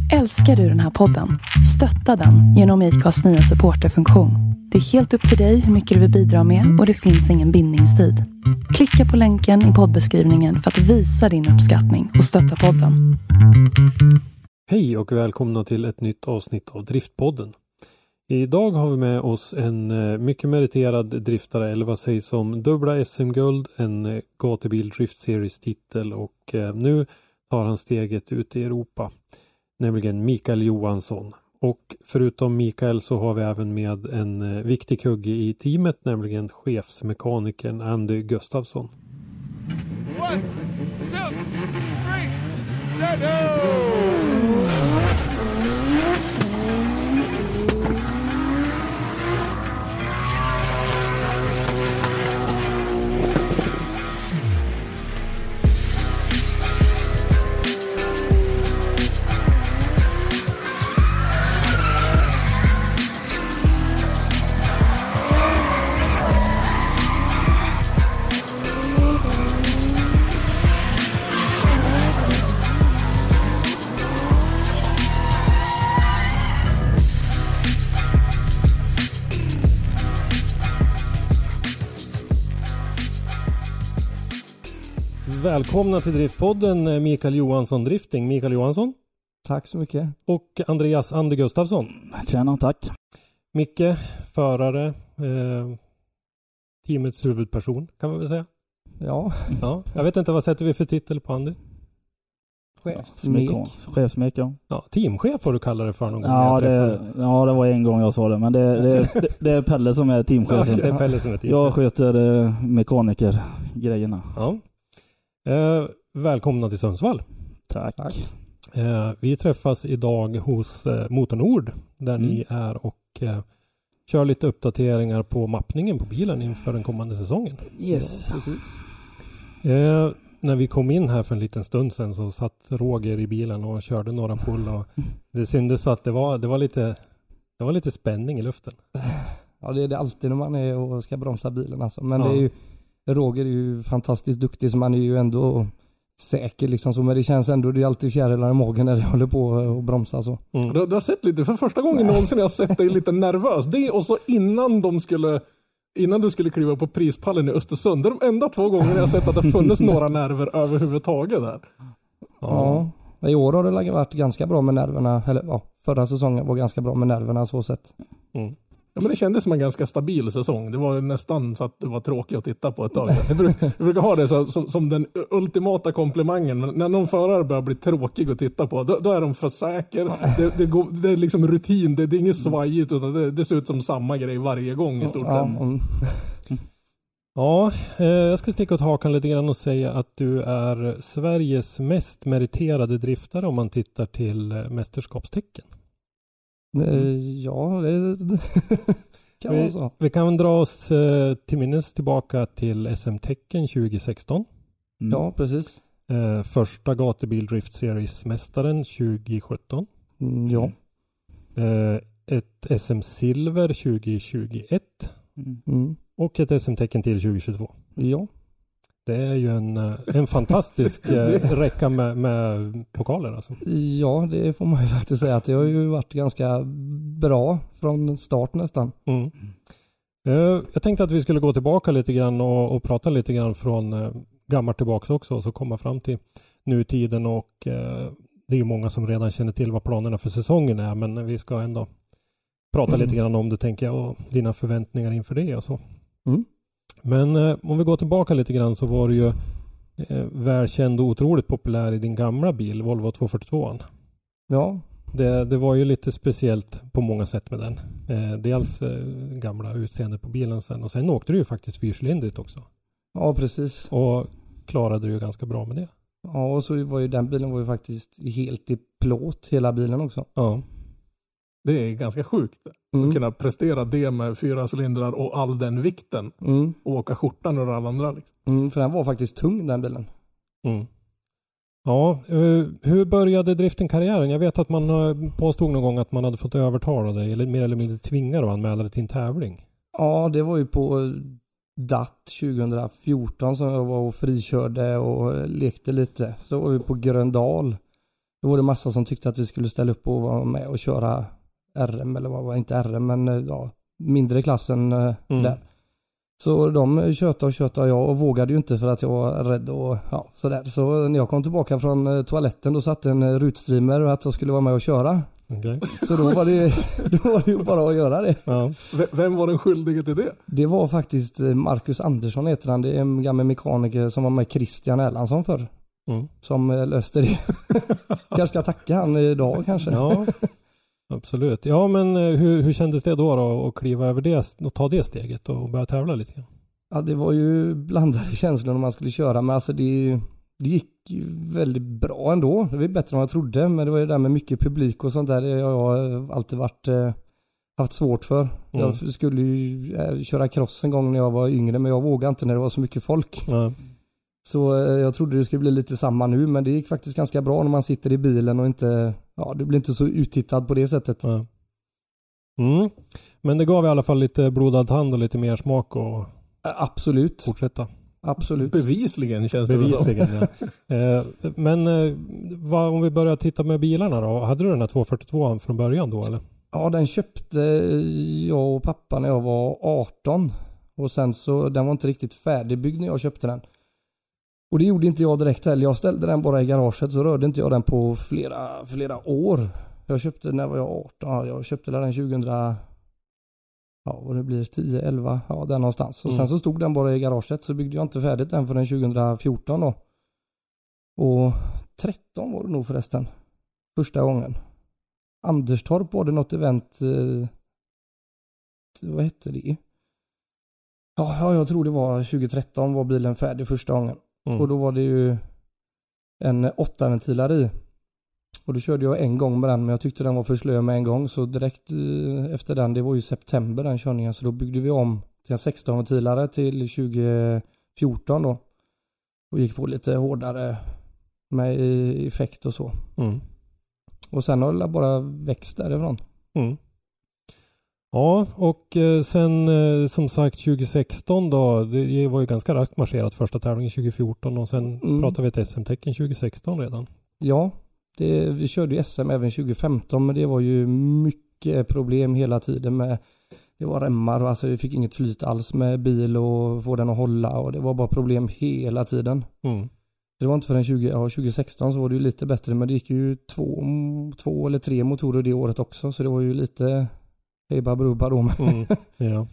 Älskar du den här podden? Stötta den genom IKAs nya supporterfunktion. Det är helt upp till dig hur mycket du vill bidra med och det finns ingen bindningstid. Klicka på länken i poddbeskrivningen för att visa din uppskattning och stötta podden. Hej och välkomna till ett nytt avsnitt av Driftpodden. Idag har vi med oss en mycket meriterad driftare, eller vad sägs om dubbla SM-guld, en gatubil Drift Series-titel och nu tar han steget ut i Europa. Nämligen Mikael Johansson. Och förutom Mikael så har vi även med en viktig kugge i teamet, nämligen chefsmekanikern Andy Gustafsson. 1, 2, 3, settle! Välkomna till Driftpodden Mikael Johansson Drifting. Mikael Johansson. Tack så mycket. Och Andreas Andy Gustafsson. Tjena, tack. Micke, förare, teamets huvudperson kan man väl säga. Ja. Jag vet inte, vad sätter vi för titel på Andy? Chefsmek, ja. Ja, teamchef får du kalla det för någon gång. Det var en gång jag sa det, men det är Pelle som är teamchefen. Det är Pelle som är teamchef. Jag sköter mekanikergrejerna. Ja. Välkomna till Sundsvall. Tack. Vi träffas idag hos Motornord där ni är och kör lite uppdateringar på mappningen på bilen inför den kommande säsongen. Yes. Ja, precis. När vi kom in här för en liten stund sedan så satt Roger i bilen och körde några pull och det syntes att det var lite spänning i luften. Ja, det är det alltid när man är och ska bromsa bilen alltså. Men det är ju, Roger är ju fantastiskt duktig, så man är ju ändå säker liksom så, men det känns ändå, det är alltid fjärilar i magen när jag håller på och bromsa så. Du har sett lite, för första gången någonsin jag har sett dig lite nervös. Det och så innan du skulle kliva på prispallen i Östersund. Det är de enda 2 gånger jag har sett att det funnits några nerver överhuvudtaget där. Ja, i år har det varit ganska bra med nerverna, eller förra säsongen var ganska bra med nerverna så sett. Mm. Ja, men det kändes som en ganska stabil säsong. Det var nästan så att det var tråkigt att titta på ett tag. Jag brukar ha det som den ultimata komplimangen. Men när någon förare börjar bli tråkig att titta på, då är de för säker. Det är liksom rutin. Det är inget svajigt, utan det ser ut som samma grej varje gång i stort sett. Ja, jag ska sticka åt hakan lite grann och säga att du är Sveriges mest meriterade driftare om man tittar till mästerskapstecken. Ja, det kan vara så. Vi kan dra oss till minnes tillbaka till SM-tecken 2016. Ja, precis. Första gatubil Drift Series-mästaren 2017. Ja. Ett SM-silver 2021. Och ett SM-tecken till 2022. Ja. Det är ju en fantastisk räcka med pokaler alltså. Ja, det får man ju faktiskt säga att det har ju varit ganska bra från start nästan. Jag tänkte att vi skulle gå tillbaka lite grann och prata lite grann från gammalt tillbaka också och så komma fram till nutiden och det är ju många som redan känner till vad planerna för säsongen är, men vi ska ändå prata lite grann om det, tänker jag, och dina förväntningar inför det och så. Men om vi går tillbaka lite grann så var det ju välkänd och otroligt populär i din gamla bil, Volvo 242. Ja. Det var ju lite speciellt på många sätt med den. Dels gamla utseende på bilen sen, och sen åkte du ju faktiskt fyrcylindrigt också. Ja, precis. Och klarade du ju ganska bra med det. Ja, och så var ju den bilen var ju faktiskt helt i plåt, hela bilen också. Ja. Det är ganska sjukt att kunna prestera det med 4 cylindrar och all den vikten och åka skjortan och alla andra. Liksom. För den var faktiskt tung, den bilen. Ja, hur började driften-karriären? Jag vet att man påstod någon gång att man hade fått övertala dig eller mer eller mindre tvinga dig att anmäla dig till en tävling. Ja, det var ju på DAT 2014 som jag var och frikörde och lekte lite. Så var vi på Gröndal Då var det massa som tyckte att vi skulle ställa upp och vara med och köra RM, eller vad var inte RM, men ja, mindre klassen där. Så de tjötade jag och vågade ju inte för att jag var rädd och ja, sådär. Så när jag kom tillbaka från toaletten, då satt en rutstreamer och att jag skulle vara med och köra. Okay. Så då var det ju bara att göra det. Ja. Vem var den skyldige till det? Det var faktiskt Marcus Andersson heter han. Det är en gammal mekaniker som var med Christian Erlandsson förr. Som löste det. Kanske ska tacka han idag kanske. Ja, absolut. Ja, men hur kändes det då att kliva över det och ta det steget och börja tävla lite grann? Ja, det var ju blandade känslor när man skulle köra, men alltså det gick väldigt bra ändå. Det var bättre än jag trodde, men det var ju det där med mycket publik och sånt där. Jag har alltid haft svårt för. Jag skulle ju köra cross en gång när jag var yngre, men jag vågade inte när det var så mycket folk. Så jag trodde det skulle bli lite samma nu, men det gick faktiskt ganska bra när man sitter i bilen och inte, ja, det blir inte så uttittad på det sättet. Men det gav i alla fall lite blodad hand och lite mer smak och absolut. Fortsätta. Absolut. Bevisligen känns det Bevisligen, ja. Men om vi börjar titta med bilarna då. Hade du den här 242 från början då eller? Ja, den köpte jag och pappa när jag var 18. Och sen så, den var inte riktigt färdigbyggd när jag köpte den. Och det gjorde inte jag direkt heller. Jag ställde den bara i garaget, så rörde inte jag den på flera år. Jag köpte när var jag 18. Ja, jag köpte den 2000... Ja, vad det blir 10, 11, ja, där någonstans. Och sen så stod den bara i garaget, så byggde jag inte färdigt den för den 2014 då. Och 13 var det nog förresten. Första gången. Anderstorp var det något event. Vad hette det? Ja, jag tror det var 2013 var bilen färdig första gången. Och då var det ju en 8-ventilare i. Och då körde jag en gång med den, men jag tyckte den var för slö med en gång. Så direkt efter den, det var ju september den körningen, så då byggde vi om till en 16-ventilare till 2014 då. Och gick på lite hårdare med effekt och så. Och sen har det bara växt därifrån. Ja, och sen som sagt 2016 då, det var ju ganska raskt marscherat första tävlingen 2014 och sen pratade vi ett SM-tecken 2016 redan. Ja. Vi körde ju SM även 2015, men det var ju mycket problem hela tiden med, det var remmar och alltså vi fick inget flyt alls med bil och få den att hålla, och det var bara problem hela tiden. Det var inte förrän 2016 så var det ju lite bättre, men det gick ju två eller tre motorer det året också, så det var ju lite hejbabrubba då. Ja.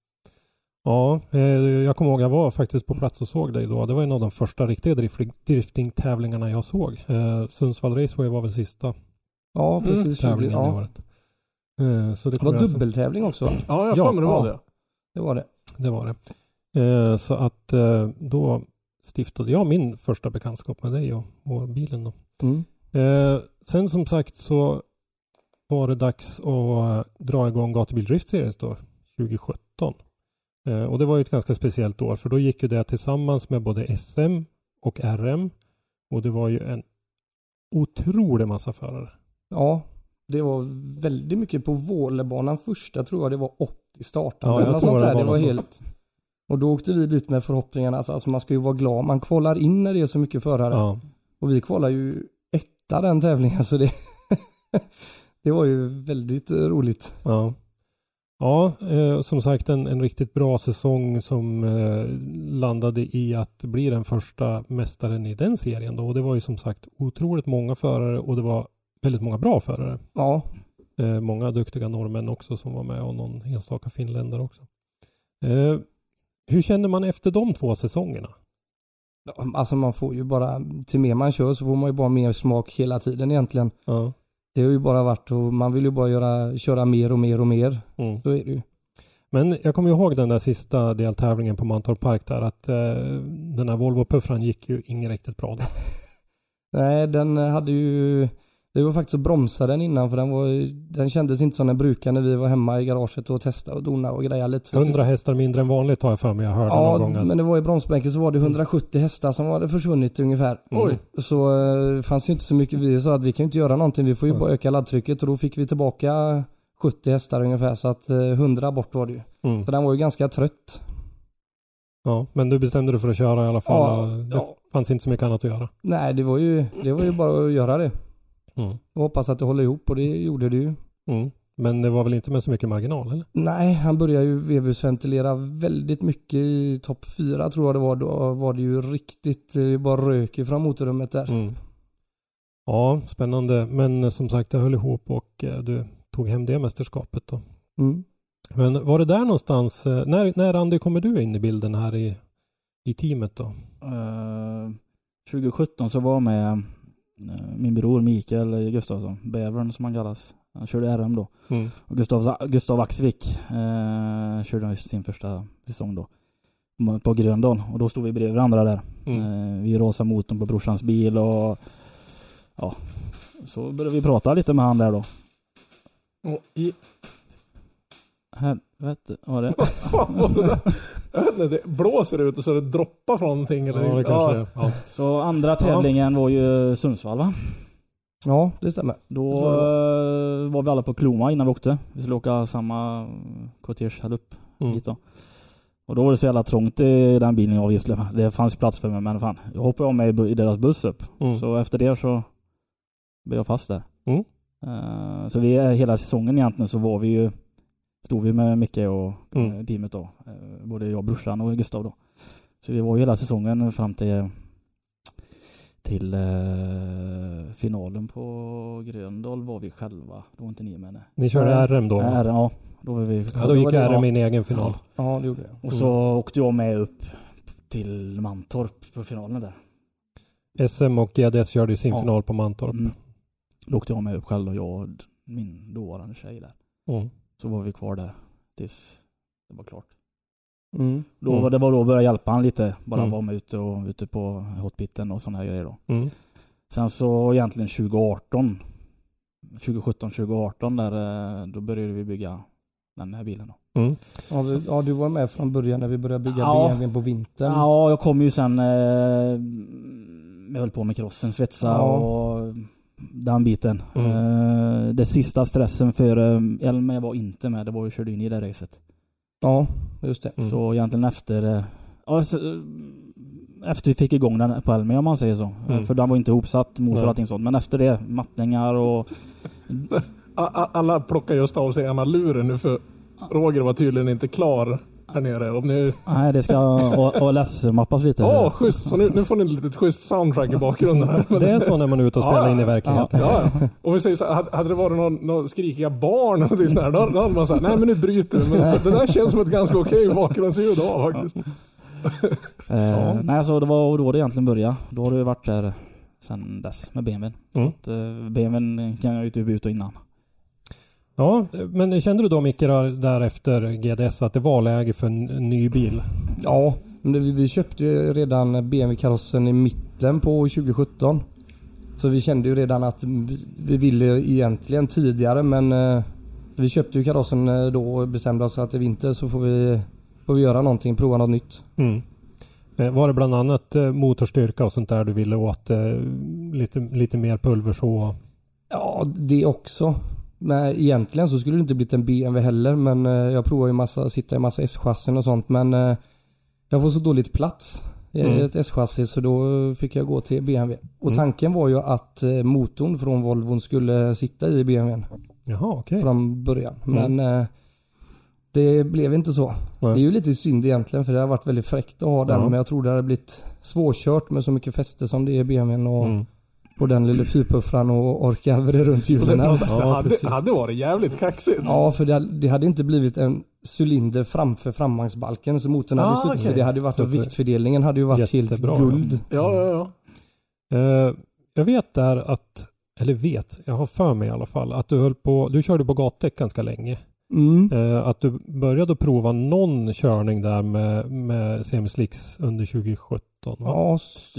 Ja, jag kommer ihåg jag var faktiskt på plats och såg dig då. Det var en av de första riktiga drifting-tävlingarna jag såg. Sundsvall Raceway var väl sista. Ja, precis. Tävlingen i året. Så det var dubbeltävling också. Ja, jag får med det var det. Det var det. Det var det. Så att då stiftade jag min första bekantskap med dig och bilen då. Sen som sagt så var det dags att dra igång Gatubil Drift Series då, 2017. Och det var ju ett ganska speciellt år, för då gick ju det tillsammans med både SM och RM. Och det var ju en otrolig massa förare. Ja, det var väldigt mycket på Vålebanan första, tror jag det var 80 startare. Ja, jag tror det var helt. Och då åkte vi dit med förhoppningarna, alltså man ska ju vara glad. Man kvalar in när det är så mycket förare. Ja. Och vi kvalar ju etta den tävlingen, så det var ju väldigt roligt. Ja. Ja, som sagt en riktigt bra säsong som landade i att bli den första mästaren i den serien då. Och det var ju som sagt otroligt många förare och det var väldigt många bra förare. Ja. Många duktiga norrmän också som var med och någon enstaka finländare också. Hur kände man efter de 2 säsongerna? Alltså man får ju bara, till mer man kör så får man ju bara mer smak hela tiden egentligen. Ja. Det har ju bara varit, och man vill ju bara köra mer och mer och mer. Så är det ju. Men jag kommer ihåg den där sista deltävlingen på Mantorp Park där, att den här Volvo-puffran gick ju inget riktigt bra då. Nej, den hade ju, det var faktiskt att bromsa den innan, för den kändes inte som den brukar när vi var hemma i garaget och testade och dona och greja lite. 100 hästar mindre än vanligt har jag för mig, jag hörde någon gång. Ja, men det var i bromsbänken så var det 170 hästar som hade försvunnit ungefär. Oj. Så fanns ju inte så mycket, vi sa att vi kan inte göra någonting, vi får ju bara öka laddtrycket, och då fick vi tillbaka 70 hästar ungefär, så att 100 bort var det ju. Så den var ju ganska trött. Ja, men du bestämde dig för att köra i alla fall. Ja, det fanns inte så mycket annat att göra. Nej, det var ju bara att göra det. Och hoppas att det håller ihop, och det gjorde det ju. Men det var väl inte med så mycket marginal, eller? Nej, han började ju vevhusventilera väldigt mycket i topp 4 tror jag det var. Då var det ju riktigt, det bara rök fram motorrummet där. Ja, spännande. Men som sagt, det höll ihop och du tog hem det mästerskapet då. Men var det där någonstans, när Andy kommer du in i bilden här i teamet då? 2017 så var med min bror Mikael Gustafsson, Bävern som han kallas. Han körde RM då. Och Gustav Axvik körde sin första säsong då på Gröndal, och då stod vi bredvid varandra där. Vi rasade motorn på brorsans bil, och ja, så började vi prata lite med han där då. Helvete, vad det? Jag vet inte, det blåser ut och så det droppar från någonting. Eller? Ja, det kanske det. Ja. Så andra tävlingen var ju Sundsvall, va? Ja, det stämmer. Då var vi alla på Kloma innan vi åkte. Vi skulle åka samma kvarters här upp hit då. Och då var det så jävla trångt i den bilen jag visste. Det fanns plats för mig, men fan, jag hoppade av mig i deras buss upp. Så efter det så blev jag fast där. Så vi hela säsongen egentligen så stod vi med Micke och teamet då. Både jag, brorsan och Gustav då. Så vi var ju hela säsongen fram till finalen på Gröndal var vi själva. Då var inte ni med. Ni körde RM då? RM, ja. Då var vi. Ja, då gick RM i en egen final. Ja, det gjorde jag. Och så åkte jag med upp till Mantorp på finalen där. SM och GDS körde ju sin final på Mantorp. Då åkte jag med upp själv, och jag och min dåvarande tjej där. Så var vi kvar där tills det var klart. Det var då att börja hjälpa han lite. Bara vara med ute på hotpitten och såna här grejer då. Sen så egentligen 2017-2018 där, då började vi bygga den här bilen då. Ja, du var med från början när vi började bygga BMW på vintern. Ja, jag kom ju sen, jag höll på med crossen, svetsa och den biten. Det sista stressen för Elmer var inte med, det var ju körde in i det racet. Ja, just det. Så egentligen efter vi fick igång den på Elmer, om man säger så. För den var inte ihopsatt motor och allting sånt. Men efter det, mattningar och... Alla plockar just av sig ena luren nu, för Roger var tydligen inte klar här nere. Om ni... Nej, det ska ALS-mappas lite. Schysst. Så nu får ni ett litet schysst soundtrack i bakgrunden här. Det är så när man är ute och spelar in i verkligheten. Ja. Och vi säger så här, hade det varit någon skrikiga barn och sånt där, då hade man sagt, nej men nu bryter du. Men det där känns som ett ganska okej bakgrundsljud då faktiskt. Nej, så det var då det egentligen började. Då har det varit där sen dess med BMWn. Så att BMWn kan jag ju typ ut och innan. Ja, men kände du då, Micke, där efter GDS att det var läge för en ny bil? Ja, men vi köpte ju redan BMW-karossen i mitten på 2017. Så vi kände ju redan att vi ville egentligen tidigare, men vi köpte ju karossen då och bestämde oss att i vinter så får vi göra någonting, prova något nytt. Var det bland annat motorstyrka och sånt där du ville åt, lite mer pulver så? Ja, det också. Men egentligen så skulle det inte blivit en BMW heller, men jag provar ju sitta i massa S-chassin och sånt, men jag får så dåligt plats i ett S-chassi, så då fick jag gå till BMW. Och tanken var ju att motorn från Volvon skulle sitta i BMWn. Jaha, okej. Från början, men det blev inte så. Det är ju lite synd egentligen, för det har varit väldigt fräckt att ha den, men jag tror det hade blivit svårkört med så mycket fäste som det är i BMWn och på den lilla fyrpuffran och orka över runt hjulen. Det hade varit jävligt kaxigt. Ja, för det hade inte blivit en cylinder framför framvagnsbalken, så motorn hade suttit. Så det hade ju varit, och viktfördelningen hade ju varit jättebra, helt guld. Ja. Jag vet där jag har för mig i alla fall att du körde på gatdäck ganska länge. Att du började prova någon körning där med semislicks under 2017. Va? Ja,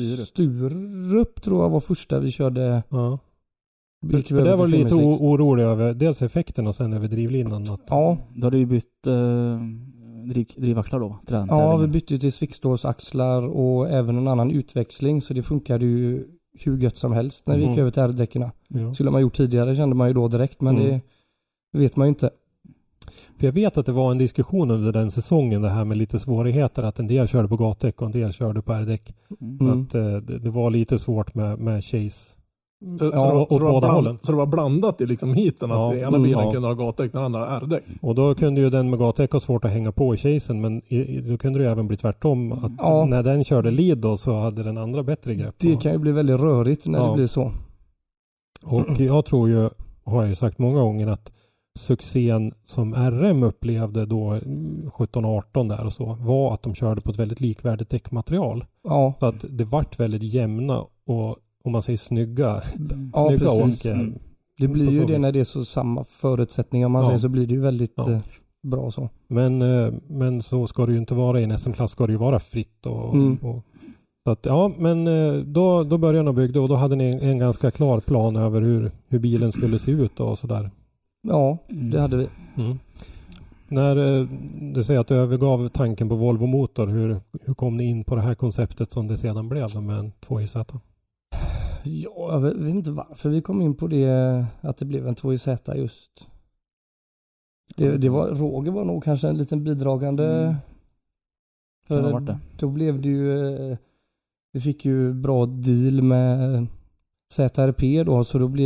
Sturup tror jag var första vi körde. Ja. För det var lite orolig över dels effekten och sen över drivlinan. Ja, då hade vi bytt drivaxlar då. Ja, vi bytte till svickstålsaxlar och även en annan utväxling, så det funkade ju hur gött som helst när vi gick över till R-däckerna. Skulle man gjort tidigare kände man ju då direkt, men det vet man ju inte. För jag vet att det var en diskussion under den säsongen, det här med lite svårigheter, att en del körde på gatdäck och en del körde på R-däck. Att det var lite svårt med chase Så det var blandat i liksom hiten att den ena bilen kunde ha gatdäck, den andra R-däck. Och då kunde ju den med gatdäck ha svårt att hänga på i chasen, men då kunde det ju även bli tvärtom. Att när den körde lead då så hade den andra bättre grepp. Det kan ju bli väldigt rörigt när det blir så. Och jag tror ju, har jag ju sagt många gånger, att succén som RM upplevde då 17-18 där och så var att de körde på ett väldigt likvärdigt däckmaterial. Ja. Så att det vart väldigt jämna och om man säger snygga precis. Det blir ju det när det är så samma förutsättningar om man säger, så blir det ju väldigt bra så. Men så ska det ju inte vara i en SM-klass, ska det ju vara fritt och så att, men då började jag bygga och då hade ni en ganska klar plan över hur bilen skulle se ut och sådär. Ja, det hade vi. När du säger att du övergav tanken på Volvo motor, hur kom ni in på det här konceptet som det sedan blev med en 2JZ? Ja, jag vet inte varför vi kom in på det, att det blev en 2JZ just. Det var, Roger var nog kanske en liten bidragande. För då blev det ju, vi fick ju bra deal med ZRP då, så då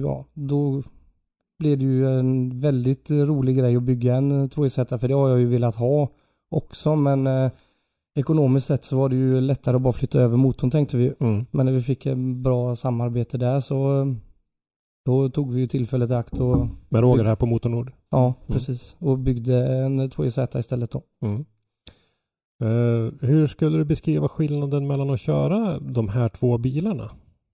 blev det ju en väldigt rolig grej att bygga en 2JZ, för det har jag ju velat ha också, men ekonomiskt sett så var det ju lättare att bara flytta över motorn, tänkte vi. Men när vi fick en bra samarbete där så då tog vi ju tillfället i akt och... Med Roger här på Motornord? Ja, precis. Och byggde en 2JZ istället då. Hur skulle du beskriva skillnaden mellan att köra de här två bilarna?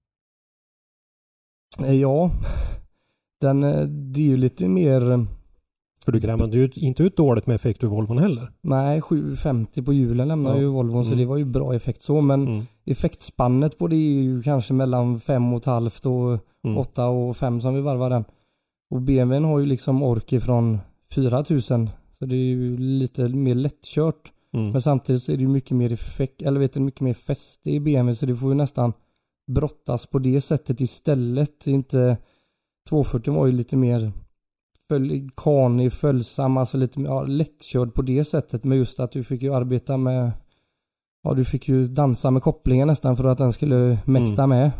Ja, det är ju lite mer... För du krämade ju inte ut dåligt med effekt ur Volvon heller. Nej, 750 på hjulen lämnar ju Volvon, så det var ju bra effekt så. Men effektspannet på det är ju kanske mellan 5,5 och 8 och 5 som vi varvar den. Och BMWn har ju liksom ork ifrån 4000. Så det är ju lite mer lättkört. Men samtidigt så är det ju mycket mer effekt, eller mycket mer fäste i BMW, så det får ju nästan brottas på det sättet istället. Inte 240 var ju lite mer kanig, följsam, alltså lite mer lättkörd på det sättet, med just att du fick ju arbeta med, du fick ju dansa med kopplingen nästan för att den skulle mäkta med.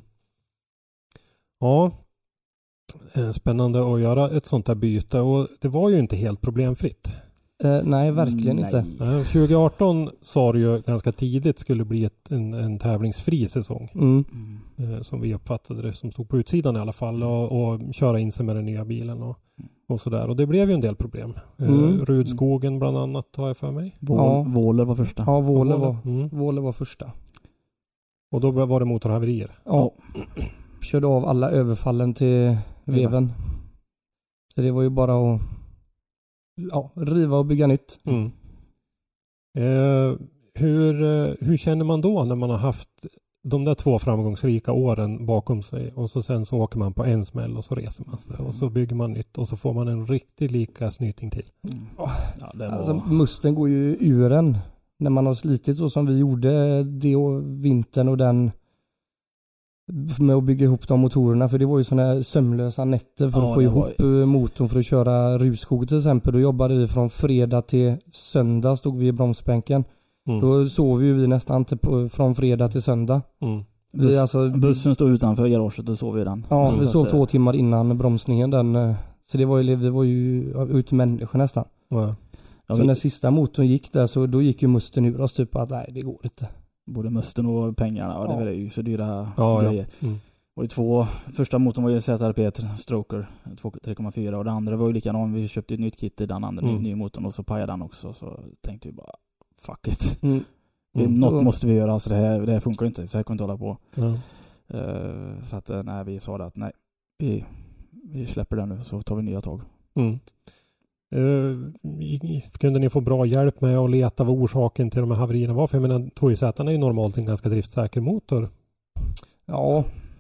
Ja, spännande att göra ett sånt här byte, och det var ju inte helt problemfritt. Nej, verkligen inte. 2018 sa det ju ganska tidigt skulle bli en tävlingsfri säsong. Som vi uppfattade det, som stod på utsidan i alla fall, och köra in sig med den nya bilen och sådär. Och det blev ju en del problem. Rudskogen bland annat har jag för mig. Våler var första. Ja, Våler var första. Och då var det motorhaverier. Ja. Körde av alla överfallen till veven. Så det var ju bara att riva och bygga nytt. Hur känner man då när man har haft de där 2 framgångsrika åren bakom sig, och så sen så åker man på en smäll och så reser man sig och så bygger man nytt och så får man en riktigt lika snyting till? Alltså, musten går ju ur en när man har slitit så som vi gjorde det vintern och den med att bygga ihop de motorerna, för det var ju såna här sömlösa nätter för att få ihop motorn för att köra Rudskog till exempel. Då jobbade vi från fredag till söndag, stod vi i bromsbänken. Då sov vi nästan från fredag till söndag. Bussen stod utanför garaget och sov vi den. Ja, vi sov 2 timmar innan bromsningen. Så det var ju ut människor nästan. Så när sista motorn gick där, så då gick ju musten ur oss typ att nej, det går inte. Både musten och pengarna, det var ju så dyra grejer. Och de 2 första motorn var ju ZRP Stroker 3,4 och det andra var ju likadan. Vi köpte ett nytt kit i den andra nya motorn och så pajade den också, så tänkte vi bara fuck it. Något måste vi göra, alltså det här funkar inte, så här kan inte hålla på. Så att när vi sa det att nej, vi släpper den nu, så tar vi nya tag. Kunde ni få bra hjälp med att leta vad orsaken till de här haverierna var? För jag menar, 2JZ är ju normalt en ganska driftsäker motor. Ja.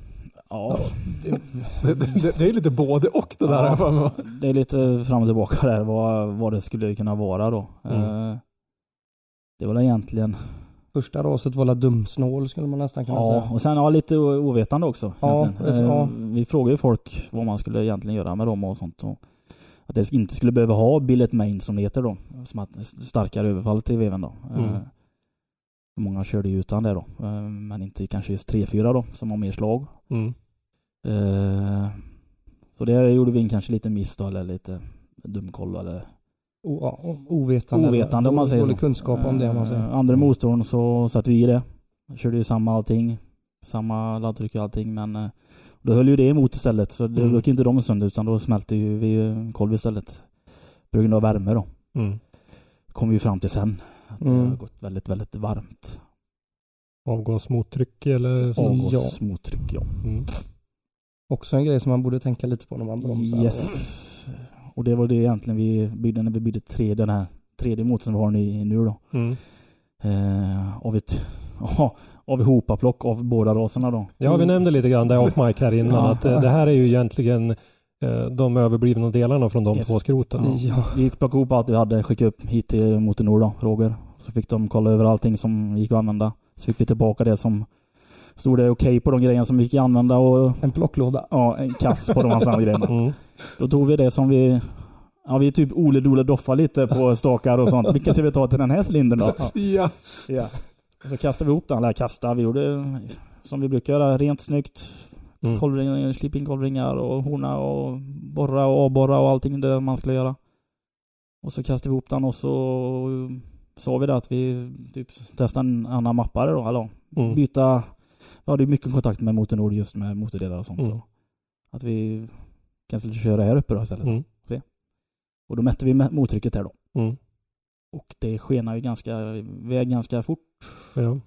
Det är lite både och det där. Det är lite fram och tillbaka där, vad det skulle kunna vara då. Det var egentligen... Första raset var dumsnål skulle man nästan kunna säga. Och sen lite ovetande också. Vi frågade ju folk vad man skulle egentligen göra med dem och sånt. Och att det inte skulle behöva ha billet main som det heter då. Som att starkare överfall till veven då. Många körde ju utan det då. Men inte kanske just 3-4 då, som har mer slag. Så det gjorde vi kanske lite miss då, eller lite dumkoll eller ovetande om man säger så. Dålig kunskap om det om man säger. Andra motorn så satte vi i det. Körde ju samma allting. Samma laddtryck och allting, men då höll ju det emot istället, så det gick inte de sönder, utan då smälte ju vi kolv istället. På grund av värme då. Kom vi fram till sen. Att det har gått väldigt, väldigt varmt. Avgasmottryck eller så? Avgasmottryck, ja. Också en grej som man borde tänka lite på när man bromsar. Yes. Och det var det egentligen vi byggde när vi byggde den här tredje motorn vi har nu då. Av hopaplock av båda raserna då. Ja, vi nämnde lite grann det off mic här innan, att det här är ju egentligen de överblivna delarna från de två skroten. Ja. Vi plockade ihop allt vi hade, skickade upp hit till Motornord då, Roger. Så fick de kolla över allting som gick att använda. Så fick vi tillbaka det som stod det okej på de grejerna som vi gick använda. Och en plocklåda. Ja, en kass på de andra grejerna. Då tog vi det som vi typ Ole doffa lite på stakar och sånt. Vilka ska vi ta till den här cylindern då? Ja. Och så kastade vi ihop den. Vi gjorde som vi brukar göra, rent snyggt. Kolvringar, slip in kolvringar och horna och borra och avborra och allting det man skulle göra. Och så kastade vi ihop den och så sa vi det att vi typ testade en annan mappare då. Eller byta. Vi hade mycket kontakt med Motornord just med motordelar och sånt. Då. Att vi kanske köra här uppe då istället. Se. Och då mätte vi mottrycket här då. Och det skenar ju ganska fort. Ja.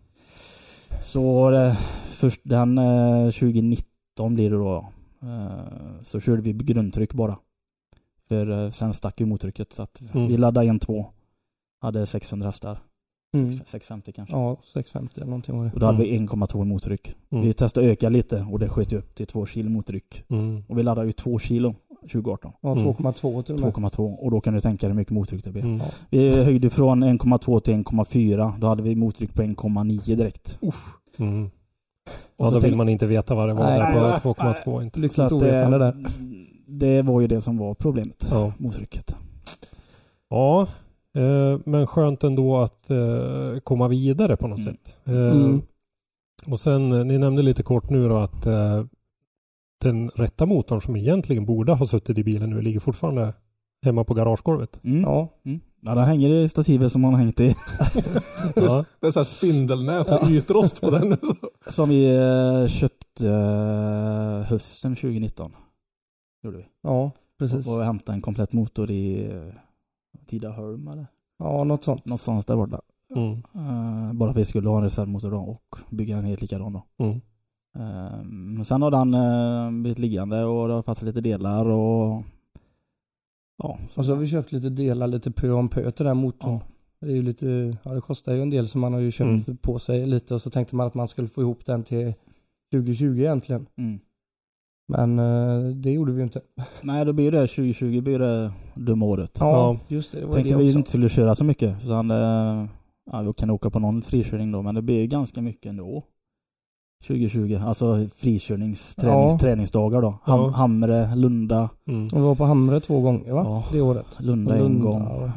Så först den 2019 blir det då. Så körde vi grundtryck bara. För sen stack ju mottrycket, så att vi laddade 1.2. Hade 600 hästar. 650 kanske. Ja, 650 eller någonting var det. Och då hade vi 1,2 mottryck. Vi testade öka lite och det sköt ju upp till 2 kilo mottryck. Och vi laddade ju 2 kilo 2018. Ja, 2,2 till och med. 2,2. Och då kan du tänka dig hur mycket mottryck det blir. Vi höjde från 1,2 till 1,4. Då hade vi mottryck på 1,9 direkt. Och då vill man inte veta vad det var där på 2,2. Inte. Lyckligt ovetande där. Det var ju det som var problemet. Mottrycket. Ja, men skönt ändå att komma vidare på något sätt. Och sen, ni nämnde lite kort nu då att den rätta motorn som egentligen borde ha suttit i bilen nu ligger fortfarande hemma på garagegolvet. Ja, den hänger i stativet som man har hängt i. Det är så här spindelnät och ytrost på den. Som vi köpte hösten 2019. Gjorde vi. Ja, precis. Och hämtade en komplett motor i Tidaholm eller? Ja, något sånt. Någonstans där borta. Bara för att vi skulle ha en reservmotor då och bygga en helt likadan då. Sen har den blivit liggande och det har fast lite delar och och så har vi köpt lite delar lite pö om pö till den motorn. Det är ju lite, det kostar ju en del, som man har ju köpt på sig lite, och så tänkte man att man skulle få ihop den till 2020 egentligen. Men det gjorde vi ju inte. Nej, då blir det 2020 blir det dumma året. Ja, just det. Tänkte vi inte skulle köra så mycket. Så vi kan åka på någon frikörning då, men det blir ganska mycket ändå. 2020, alltså träningsdagar då. Hamre, Lunda. Vi var på Hamre 2 gånger va? Det året. Lunda en gång.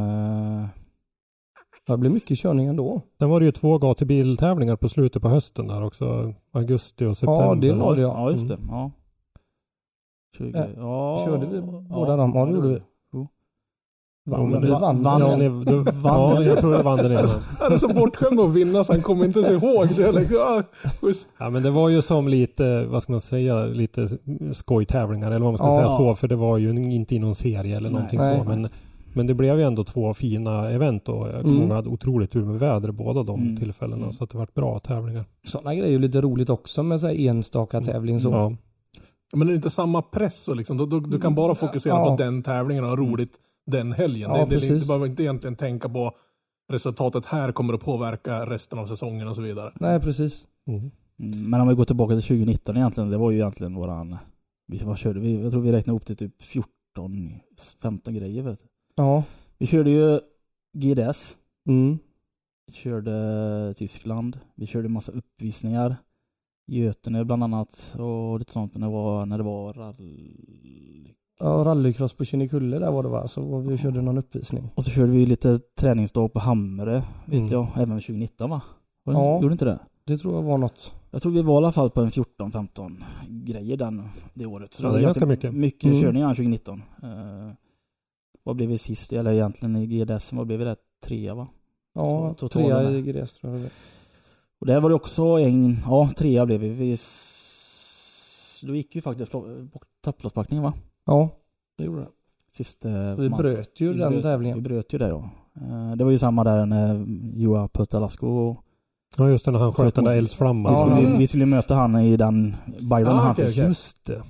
Det blir mycket körning ändå. Sen var det ju 2 gatubiltävlingar på slutet på hösten där också. Augusti och september. Ja, det var det. Ja, just det. Ja. 20, körde vi båda dem? Ja, det gjorde vi. Vann. Jag tror det vann den ena. Han är så bortskämd att vinna så han kommer inte sig ihåg det. Ja, men det var ju som lite, vad ska man säga, lite skojtävlingar eller vad man ska säga så, för det var ju inte i någon serie eller någonting så, men det blev ju ändå 2 fina event och många hade otroligt tur med väder båda de tillfällena, så att det var bra tävlingar. Sådana grejer är ju lite roligt också med så här enstaka tävling så. Ja. Men det är inte samma press och liksom, du kan bara fokusera på den tävlingen och ha roligt den helgen. Du behöver inte egentligen tänka på resultatet här kommer att påverka resten av säsongen och så vidare. Nej, precis. Men om vi går tillbaka till 2019 egentligen, det var ju egentligen vad körde vi? Jag tror vi räknade upp till typ 14-15 grejer, vet du. Ja. Vi körde ju GDS. Vi körde Tyskland. Vi körde massa uppvisningar. Götene bland annat och lite sånt när det var rallycross på Kinnekulle där var det, va? Så vi körde någon uppvisning. Och så körde vi lite träningsdag på Hamre, vet jag, även 2019 va? Gjorde inte det? Det tror jag var något. Jag tror vi var i alla fall på en 14-15 grejer det året. Så det är ganska mycket. Mycket körningar 2019. Vad blev vi sist? Eller egentligen i GDS, vad blev vi där? 3 va? Ja, 3 i GDS tror jag det. Och där var det också 3 blev vi. Då gick vi faktiskt på tapplotsbackningen va? Ja, det gjorde det. Vi bröt ju den tävlingen. Vi bröt ju det ja. Det var ju samma där när Joa Pötalasco. Ja just det, när han sköt den där eldsflamman. Vi skulle möta han i den Byron. Just det.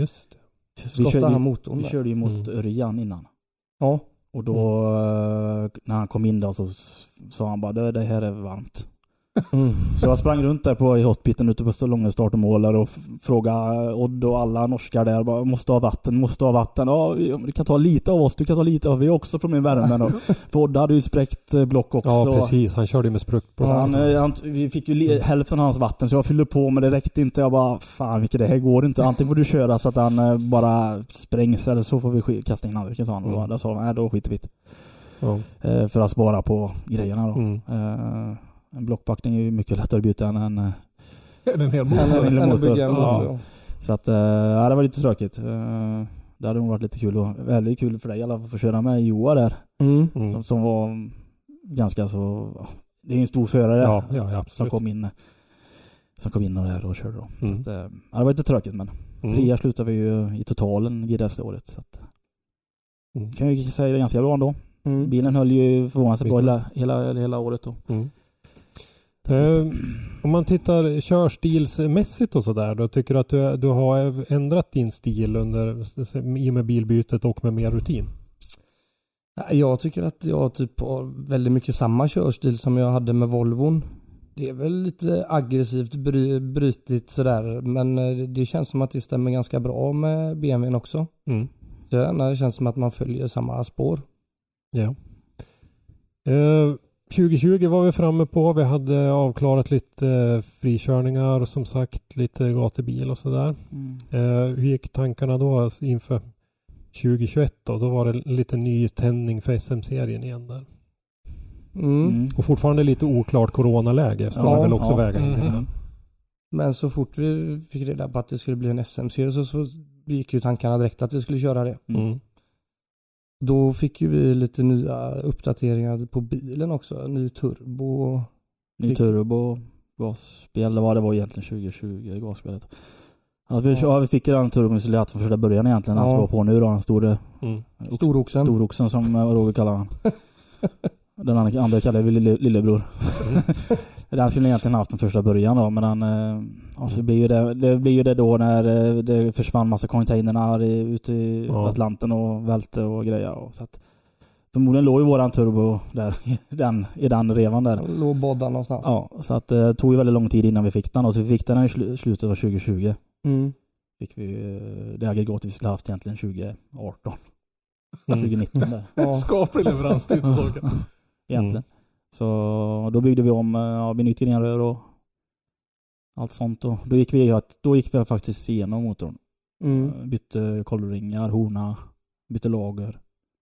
Vi körde ju mot Örjan innan. Ja. Och då när han kom in då så sa han bara det här är varmt. Så jag sprang runt där i hotpiten ute på Stålången start och målar och frågade Odd och alla norskar där bara, måste ha vatten. Ja, du kan ta lite av oss, vi är också från min värme. För Odd hade ju spräckt block också. Ja precis, han körde med spruck på. Vi fick ju hälften av hans vatten så jag fyllde på men det räckte inte. Jag bara, fan vilket det här går inte. Antingen får du köra så att han bara sprängs eller så får vi kasta in handduken, sa han. Och då sa han, då skiter vi. För att spara på grejerna då. En blockpackning är ju mycket lättare att byta än en hel motor. Så att det var lite tråkigt. Det hade nog varit lite kul och väldigt kul för dig i alla fall att få köra med Joa där. Som var ganska så det är en stor förare som kom in och där och körde då. Så att, det var lite tråkigt men 3 slutade vi ju i totalen i det året så att kan ju säga det ganska bra ändå. Bilen höll ju förvånansvärt bra hela året då. Om man tittar körstilsmässigt och sådär, då tycker du att du har ändrat din stil i och med bilbytet och med mer rutin? Jag tycker att jag typ har väldigt mycket samma körstil som jag hade med Volvon. Det är väl lite aggressivt brytigt sådär, men det känns som att det stämmer ganska bra med BMWn också. Så det känns som att man följer samma spår. Ja. 2020 var vi framme på. Vi hade avklarat lite frikörningar och som sagt lite gatubil och sådär. Hur gick tankarna då inför 2021 då? Då var det lite ny tändning för SM-serien igen där. Och fortfarande lite oklart coronaläge. Ska man väl också väga in. Men så fort vi fick reda på att det skulle bli en SM-serie så gick ju tankarna direkt att vi skulle köra det. Då fick ju vi lite nya uppdateringar på bilen också. Ny turbo, gasspel. Det var egentligen 2020 gasspelet. Alltså, vi fick ju den turbon vi skulle ha från första början egentligen. Han var på nu då, den store storoxen som Roger kallar han. Den andra kallar vi lillebror. Den skulle egentligen haft från första början då, men det blir ju det då när det försvann massa containrar ute i Atlanten och välte och grejer. Och så att, förmodligen låg ju våran turbo där i den revan där. Låg båda någonstans. Ja, så att det tog ju väldigt lång tid innan vi fick den och så vi fick den i slutet av 2020. Fick vi det aggregatet vi skulle haft egentligen 2018. 2019 där. Skaplig leveranstid på saken. Egentligen. Så då byggde vi om vi nytt grenrör och allt sånt och då gick vi faktiskt igenom motorn. Bytte kolvringar, horna, bytte lager.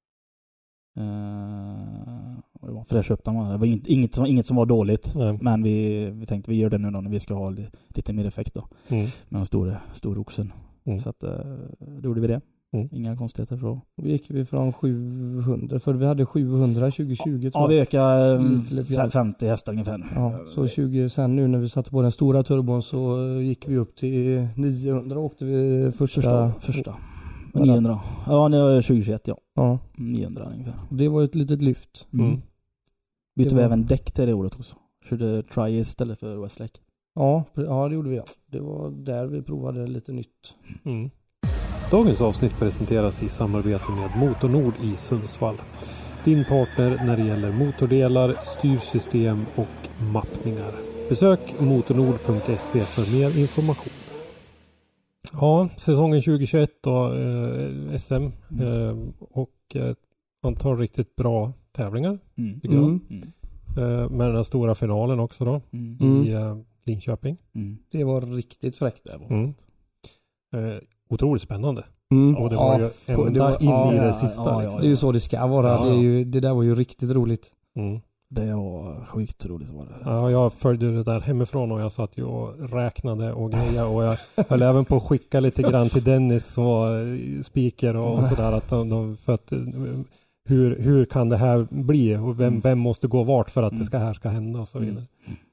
Och det var fräscht upp. Det var inget som var dåligt. Men vi tänkte vi gör det nu då när vi ska ha lite mer effekt då. Med den stora oxen. Så att då gjorde vi det. Inga konstigheter så. Då gick vi från 700 för vi hade 700 2020 tror jag. Vi ökade 50 hästar ungefär. Ja, så 20 sen nu när vi satte på den stora turbon så gick vi upp till 900 och åkte vi första. 900. Ja, det var 2021 ja. 900 ungefär. Det var ett litet lyft. Bytte vi även däck till det året också. Körde Tri istället för Westlake. Ja, det gjorde vi. Det var där vi provade lite nytt. Dagens avsnitt presenteras i samarbete med Motornord i Sundsvall. Din partner när det gäller motordelar, styrsystem och mappningar. Besök motornord.se för mer information. Ja, säsongen 2021 då, SM och antal riktigt bra tävlingar tycker jag. Med den här stora finalen också då i Linköping. Det var riktigt fräckt. Otroligt spännande. Och det var ju ända in i det sista. Det är ju så det ska vara. Det där var ju riktigt roligt. Det var sjukt roligt var det. Ja, jag följde det där hemifrån och jag satt ju och räknade och grejade och jag höll även på att skicka lite grann till Dennis som var speaker och sådär att för att hur kan det här bli och vem måste gå vart för att det här ska hända och så vidare.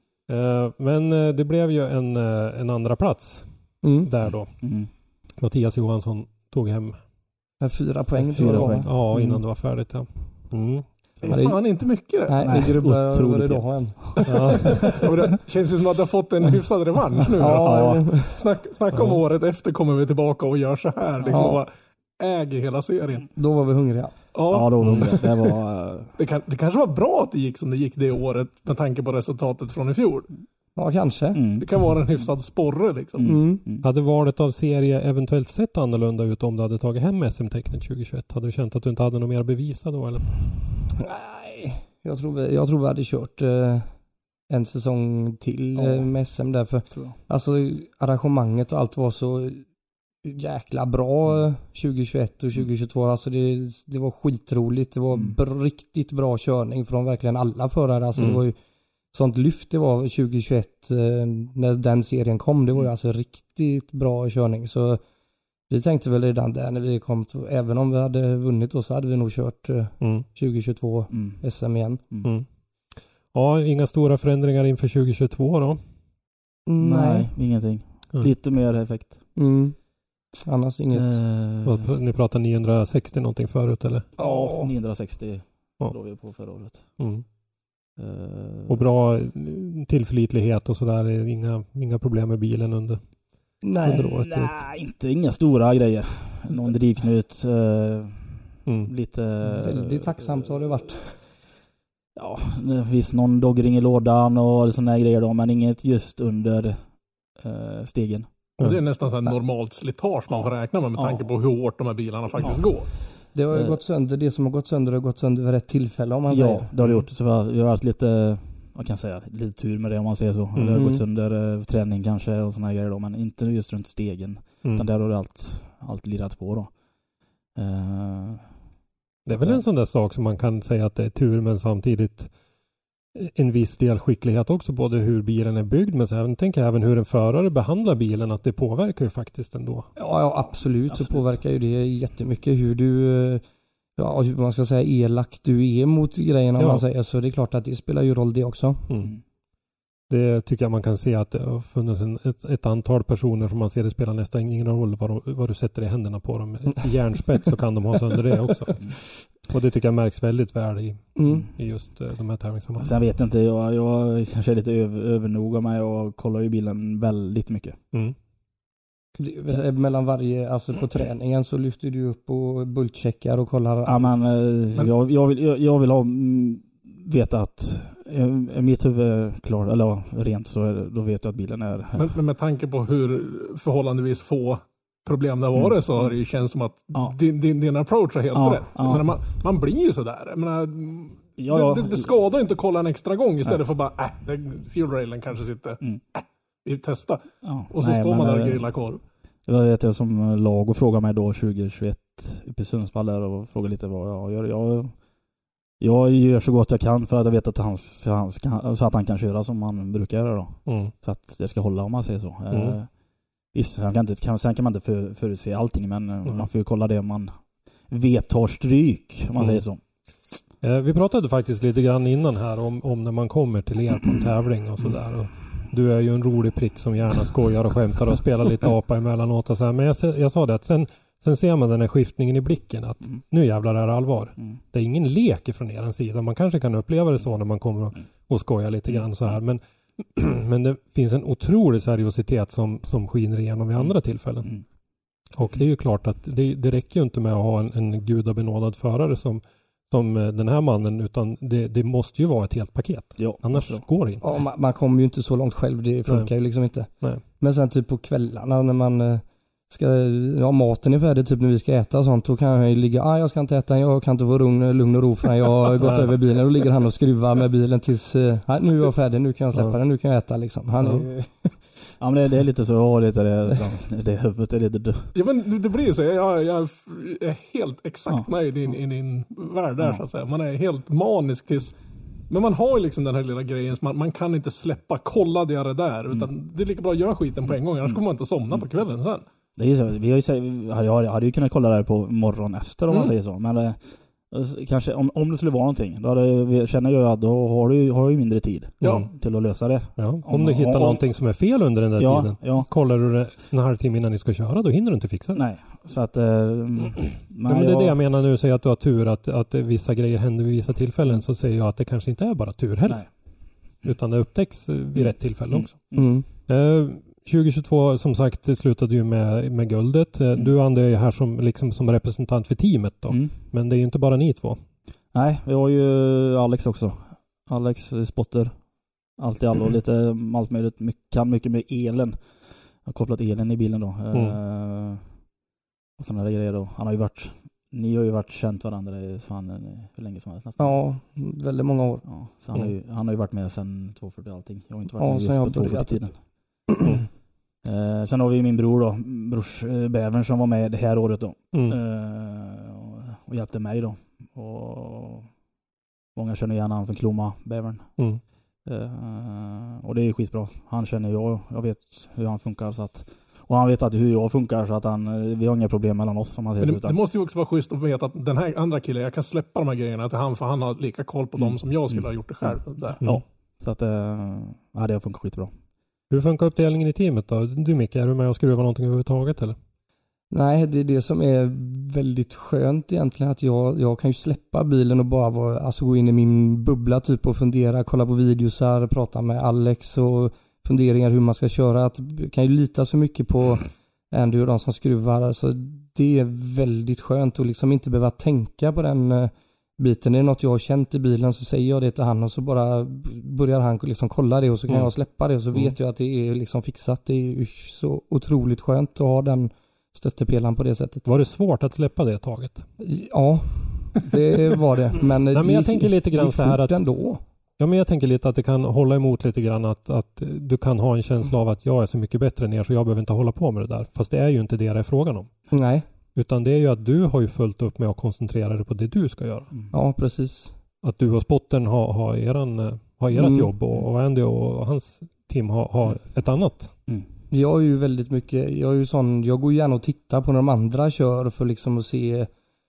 Men det blev ju en andra plats där då. Mattias Johansson tog hem 4 poäng. 4 poäng. Ja, innan det var färdigt. Ja. Det är fan inte mycket det. Nej, det grubblar idag än. Det känns ju som att du har fått en hyfsad revansch nu. Ja. Snacka om året efter kommer vi tillbaka och gör så här. Liksom och äger hela serien. Då var vi hungriga. Ja, då var vi hungriga. Det var... det kanske var bra att det gick som det gick det året med tanke på resultatet från i fjol. Ja, kanske. Det kan vara en hyfsad sporre liksom. Hade valet av serie eventuellt sett annorlunda ut om du hade tagit hem SM-tecknet 2021? Hade du känt att du inte hade något mer att bevisa då eller? Nej, jag tror vi hade kört en säsong till med SM därför. Alltså arrangemanget och allt var så jäkla bra 2021 och 2022. Alltså det var skitroligt. Det var riktigt bra körning från verkligen alla förare. Alltså det var ju sånt lyft det var 2021 när den serien kom. Det var ju alltså riktigt bra körning. Så vi tänkte väl redan där när vi kom, även om vi hade vunnit då så hade vi nog kört 2022 SM igen. Ja, inga stora förändringar inför 2022 då? Nej, ingenting. Lite mer effekt. Annars inget. Ni pratar 960 någonting förut eller? Ja, 960 låg vi på förra året. Och bra tillförlitlighet och sådär. Inga problem med bilen under året? Nej, inga stora grejer. Någon drivknut. Lite... Väldigt tacksamt har det varit. Ja, visst någon doggring i lådan och sådana här grejer då, men inget just under stegen. Det är nästan så här normalt slitage man får räkna med tanke på hur hårt de här bilarna faktiskt går. Det har ju gått sönder, det som har gått sönder har gått sönder vid rätt tillfälle om man säger. Ja, det har det gjort. Så vi har haft lite, jag kan säga, lite tur med det om man säger så. Det har gått sönder träning kanske och såna här grejer då, men inte just runt stegen. Utan där har det allt lirat på då. Det är väl en sån där sak som man kan säga att det är tur, men samtidigt en viss del skicklighet också, både hur bilen är byggd, men så tänker jag även hur en förare behandlar bilen, att det påverkar ju faktiskt ändå. Ja, absolut. Så påverkar ju det jättemycket hur du, hur man ska säga, elak du är mot grejerna om man säger, så det är klart att det spelar ju roll det också. Det tycker jag man kan se att det har funnits ett antal personer som man ser det spelar nästan ingen roll vad du sätter i händerna på dem. I järnspets så kan de ha sönder det också. Och det tycker jag märks väldigt väl i just de här tävlingssammanhangen. Sen vet jag inte, jag kanske är lite övernoga med och kollar ju bilen väldigt mycket. Mellan varje, alltså på träningen så lyfter du upp och bultcheckar och kollar. Ja, men jag vill ha veta att mitt huvud klar eller rent, så då vet jag att bilen är här. Men med tanke på hur förhållandevis få problem det har varit så har det ju känts som att din approach är helt rätt. Men man blir ju sådär. Jag menar, det skadar inte att kolla en extra gång istället för bara fuel railen kanske sitter. Vi testar. Och så står man där och grillar korv. Jag vet jag som lag och frågar mig då 2021 uppe i Sundsvall där och frågar lite vad jag gör. Jag gör så gott jag kan för att jag vet att så att han kan köra som han brukar göra då. Så att det ska hålla om man säger så. Visst, sen kan man inte förutse allting, men man får ju kolla det man vet tar stryk om man säger så. Vi pratade faktiskt lite grann innan här om när man kommer till er på en tävling och sådär. Du är ju en rolig prick som gärna skojar och skämtar och spelar lite apa emellanåt och så här. Men jag sa det att sen ser man den här skiftningen i blicken att nu jävlar är det allvar. Det är ingen lek från er sida. Man kanske kan uppleva det så när man kommer och skojar lite grann så här. Men det finns en otrolig seriositet som skiner igenom i andra tillfällen. Och det är ju klart att det räcker ju inte med att ha en gudabenådad förare som den här mannen, utan det måste ju vara ett helt paket. Ja, annars går det inte. Ja, man kommer ju inte så långt själv. Det funkar ju liksom inte. Nej. Men sen typ på kvällarna när man maten är färdig typ när vi ska äta och sånt, då kan jag ju ligga, jag ska inte äta, jag kan inte få lugn och ro förrän jag har gått över bilen. Då ligger han och skruvar med bilen tills nu är jag färdig, nu kan jag släppa den, nu kan jag äta liksom. Han är ju... Ja, men det är lite så det huvudet är lite dött. Ja, men det blir så. Jag är helt exakt med i din värld där så att säga. Man är helt manisk tills Men man har ju liksom den här lilla grejen som man kan inte släppa, kolla det där. Utan det är lika bra att göra skiten på en gång, annars kommer man inte somna på kvällen sen. Det är så, jag hade ju kunnat kolla där på morgon efter om man säger så. Men kanske om det skulle vara någonting, då känner jag att då har jag ju mindre tid till att lösa det. Ja. Om du hittar någonting som är fel under den där tiden, kollar du det en halvtimme innan ni ska köra, då hinner du inte fixa det. Nej, så att... men det är det jag menar nu, säger att du har tur att vissa grejer händer vid vissa tillfällen, så säger jag att det kanske inte är bara tur heller. Nej. Utan det upptäcks vid rätt tillfälle också. 2022 som sagt, det slutade ju med guldet. Du Andy är här som representant för teamet då. Men det är ju inte bara ni två. Nej, vi har ju Alex också. Alex spotter allt i allo, lite allt möjligt. Kan mycket med elen. Jag har kopplat elen i bilen då. Och sådana där grejer då. Ni har ju varit känt varandra hur länge som helst nästan. Ja, väldigt många år. Ja, så han har ju varit med sedan 240 allting. Jag har inte varit med just på 240-tiden. Sen har vi min bror då, Bävern, som var med det här året då. Och hjälpte mig då. Och många känner igen han från Kloma, Bävern. Och det är skitbra. Han känner jag vet hur han funkar, så att, och han vet att hur jag funkar, så att vi har inga problem mellan oss, som man säger. Det måste ju också vara schysst att veta att den här andra killen, jag kan släppa de här grejerna till han, för han har lika koll på dem som jag skulle ha gjort det själv. Ja, så att det har funkat skitbra. Hur funkar uppdelningen i teamet då? Du Micke, är du med och skruvar någonting överhuvudtaget eller? Nej, det är det som är väldigt skönt egentligen, att jag kan ju släppa bilen och bara gå in i min bubbla typ och fundera, kolla på videosar, prata med Alex och funderingar hur man ska köra. Att kan ju lita så mycket på Andy och de som skruvar, alltså det är väldigt skönt att liksom inte behöva tänka på den biten. Är det något jag har känt i bilen, så säger jag det till han och så bara börjar han liksom kolla det, och så kan jag släppa det, och så vet jag att det är liksom fixat. Det är ju så otroligt skönt att ha den stöttepelaren på det sättet. Var det svårt att släppa det taget? Ja, det var det. Men, men jag tänker lite grann så här att ändå. Ja, men jag tänker lite att det kan hålla emot lite grann, att du kan ha en känsla av att jag är så mycket bättre än er, så jag behöver inte hålla på med det där. Fast det är ju inte det är frågan om. Nej. Utan det är ju att du har ju fullt upp med att koncentrera dig på det du ska göra. Ja, precis. Att du och spottern har ert jobb, och Andy och hans team har ett annat. Jag är ju väldigt mycket, jag går gärna och tittar på när de andra kör, för liksom att se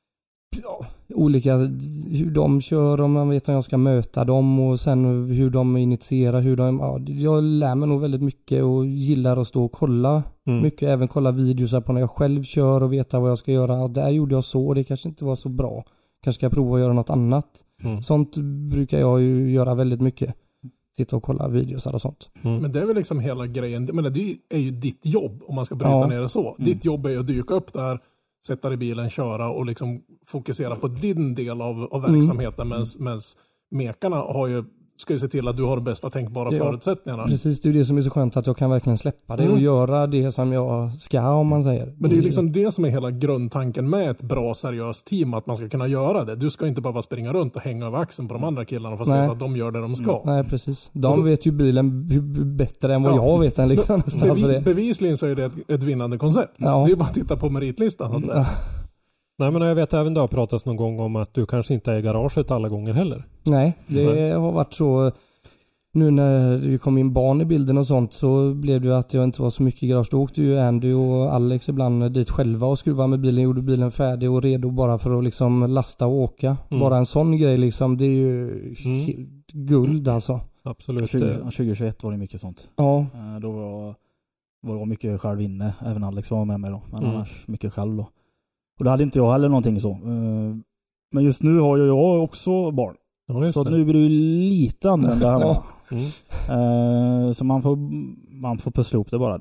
olika, hur de kör, om man vet att jag ska möta dem, och sen hur de initierar, jag lär mig nog väldigt mycket och gillar att stå och kolla mycket, även kolla videos på när jag själv kör och veta vad jag ska göra. Där gjorde jag så, det kanske inte var så bra, kanske ska jag prova att göra något annat. Sånt brukar jag ju göra väldigt mycket, sitta och kolla videos och sånt. Men det är väl liksom hela grejen, men det är ju ditt jobb, om man ska bryta ner det så. Ditt jobb är att dyka upp där, sätta dig i bilen, köra och liksom fokusera på din del av verksamheten, medan mekarna ska ju se till att du har de bästa tänkbara förutsättningarna. Precis, det är det som är så skönt, att jag kan verkligen släppa det och göra det som jag ska, om man säger. Men det är ju liksom det som är hela grundtanken med ett bra, seriöst team, att man ska kunna göra det. Du ska inte bara springa runt och hänga över axeln på de andra killarna för att se så att de gör det de ska. Nej, precis. De vet ju bilen bättre än vad jag vet den liksom. Bevisligen så är det ett vinnande koncept. Det är bara att titta på meritlistan. Nej, men jag vet även det har pratats någon gång om att du kanske inte är i garaget alla gånger heller. Nej, det har varit så. Nu när vi kom in barn i bilden och sånt, så blev det att jag inte var så mycket i garage. Då åkte ju Andy och Alex ibland dit själva och skruvade med bilen, gjorde bilen färdig och redo bara för att liksom lasta och åka. Bara en sån grej liksom, det är ju guld alltså. Absolut. 2021 var det mycket sånt. Ja. Då var jag mycket själv inne, även Alex var med mig då, men annars mycket själv då. Och det hade inte jag heller någonting så. Men just nu har jag också barn. Ja, så nu blir det lite annorlunda hemma. Så man får pussla ihop det bara.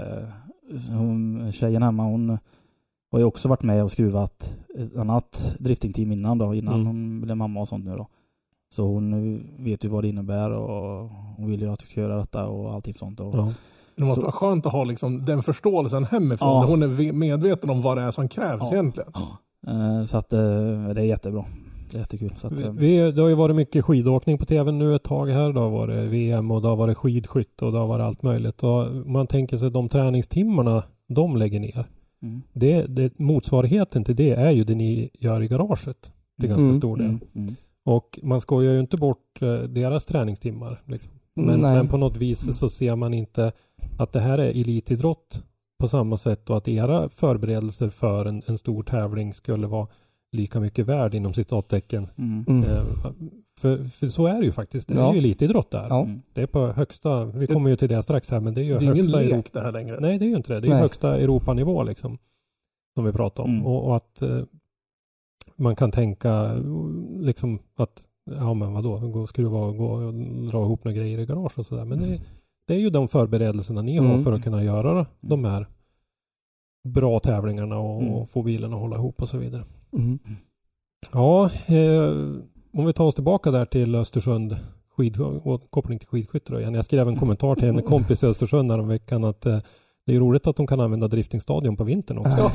Tjejen hemma, hon har ju också varit med och skruvat ett annat driftingteam innan hon blev mamma och sånt nu då. Så hon vet ju vad det innebär, och hon vill ju att jag ska göra detta och allting sånt. Det måste vara skönt att ha liksom den förståelsen hemifrån. När hon är medveten om vad det är som krävs egentligen. Så att det är jättebra. Det är jättekul. Så att, det har ju varit mycket skidåkning på tv nu ett tag här. Det har varit VM och det har varit skidskytt och det har varit allt möjligt. Och man tänker sig de träningstimmarna de lägger ner. Det motsvarigheten till det är ju det ni gör i garaget. Det är ganska stor del. Och man skojar ju inte bort deras träningstimmar. Liksom. Men på något vis så ser man inte att det här är elitidrott på samma sätt och att era förberedelser för en stor tävling skulle vara lika mycket värd inom citattecken. För så är det ju faktiskt. Det är ju elitidrott där. Ja. Det är på högsta, vi kommer ju till det strax här, men det är ju det är högsta ingen lek det här längre. Nej, det är ju inte det. Det är högsta Europanivå liksom. Som vi pratar om. Och att man kan tänka liksom att ja men vadå, gå och dra ihop några grejer i garage och sådär. Men det är ju de förberedelserna ni har för att kunna göra de här bra tävlingarna och få bilen att hålla ihop och så vidare. Ja, om vi tar oss tillbaka där till Östersund och koppling till skidskytte då igen. Jag skrev en kommentar till en kompis i Östersund här om veckan att det är roligt att de kan använda driftingstadion på vintern också.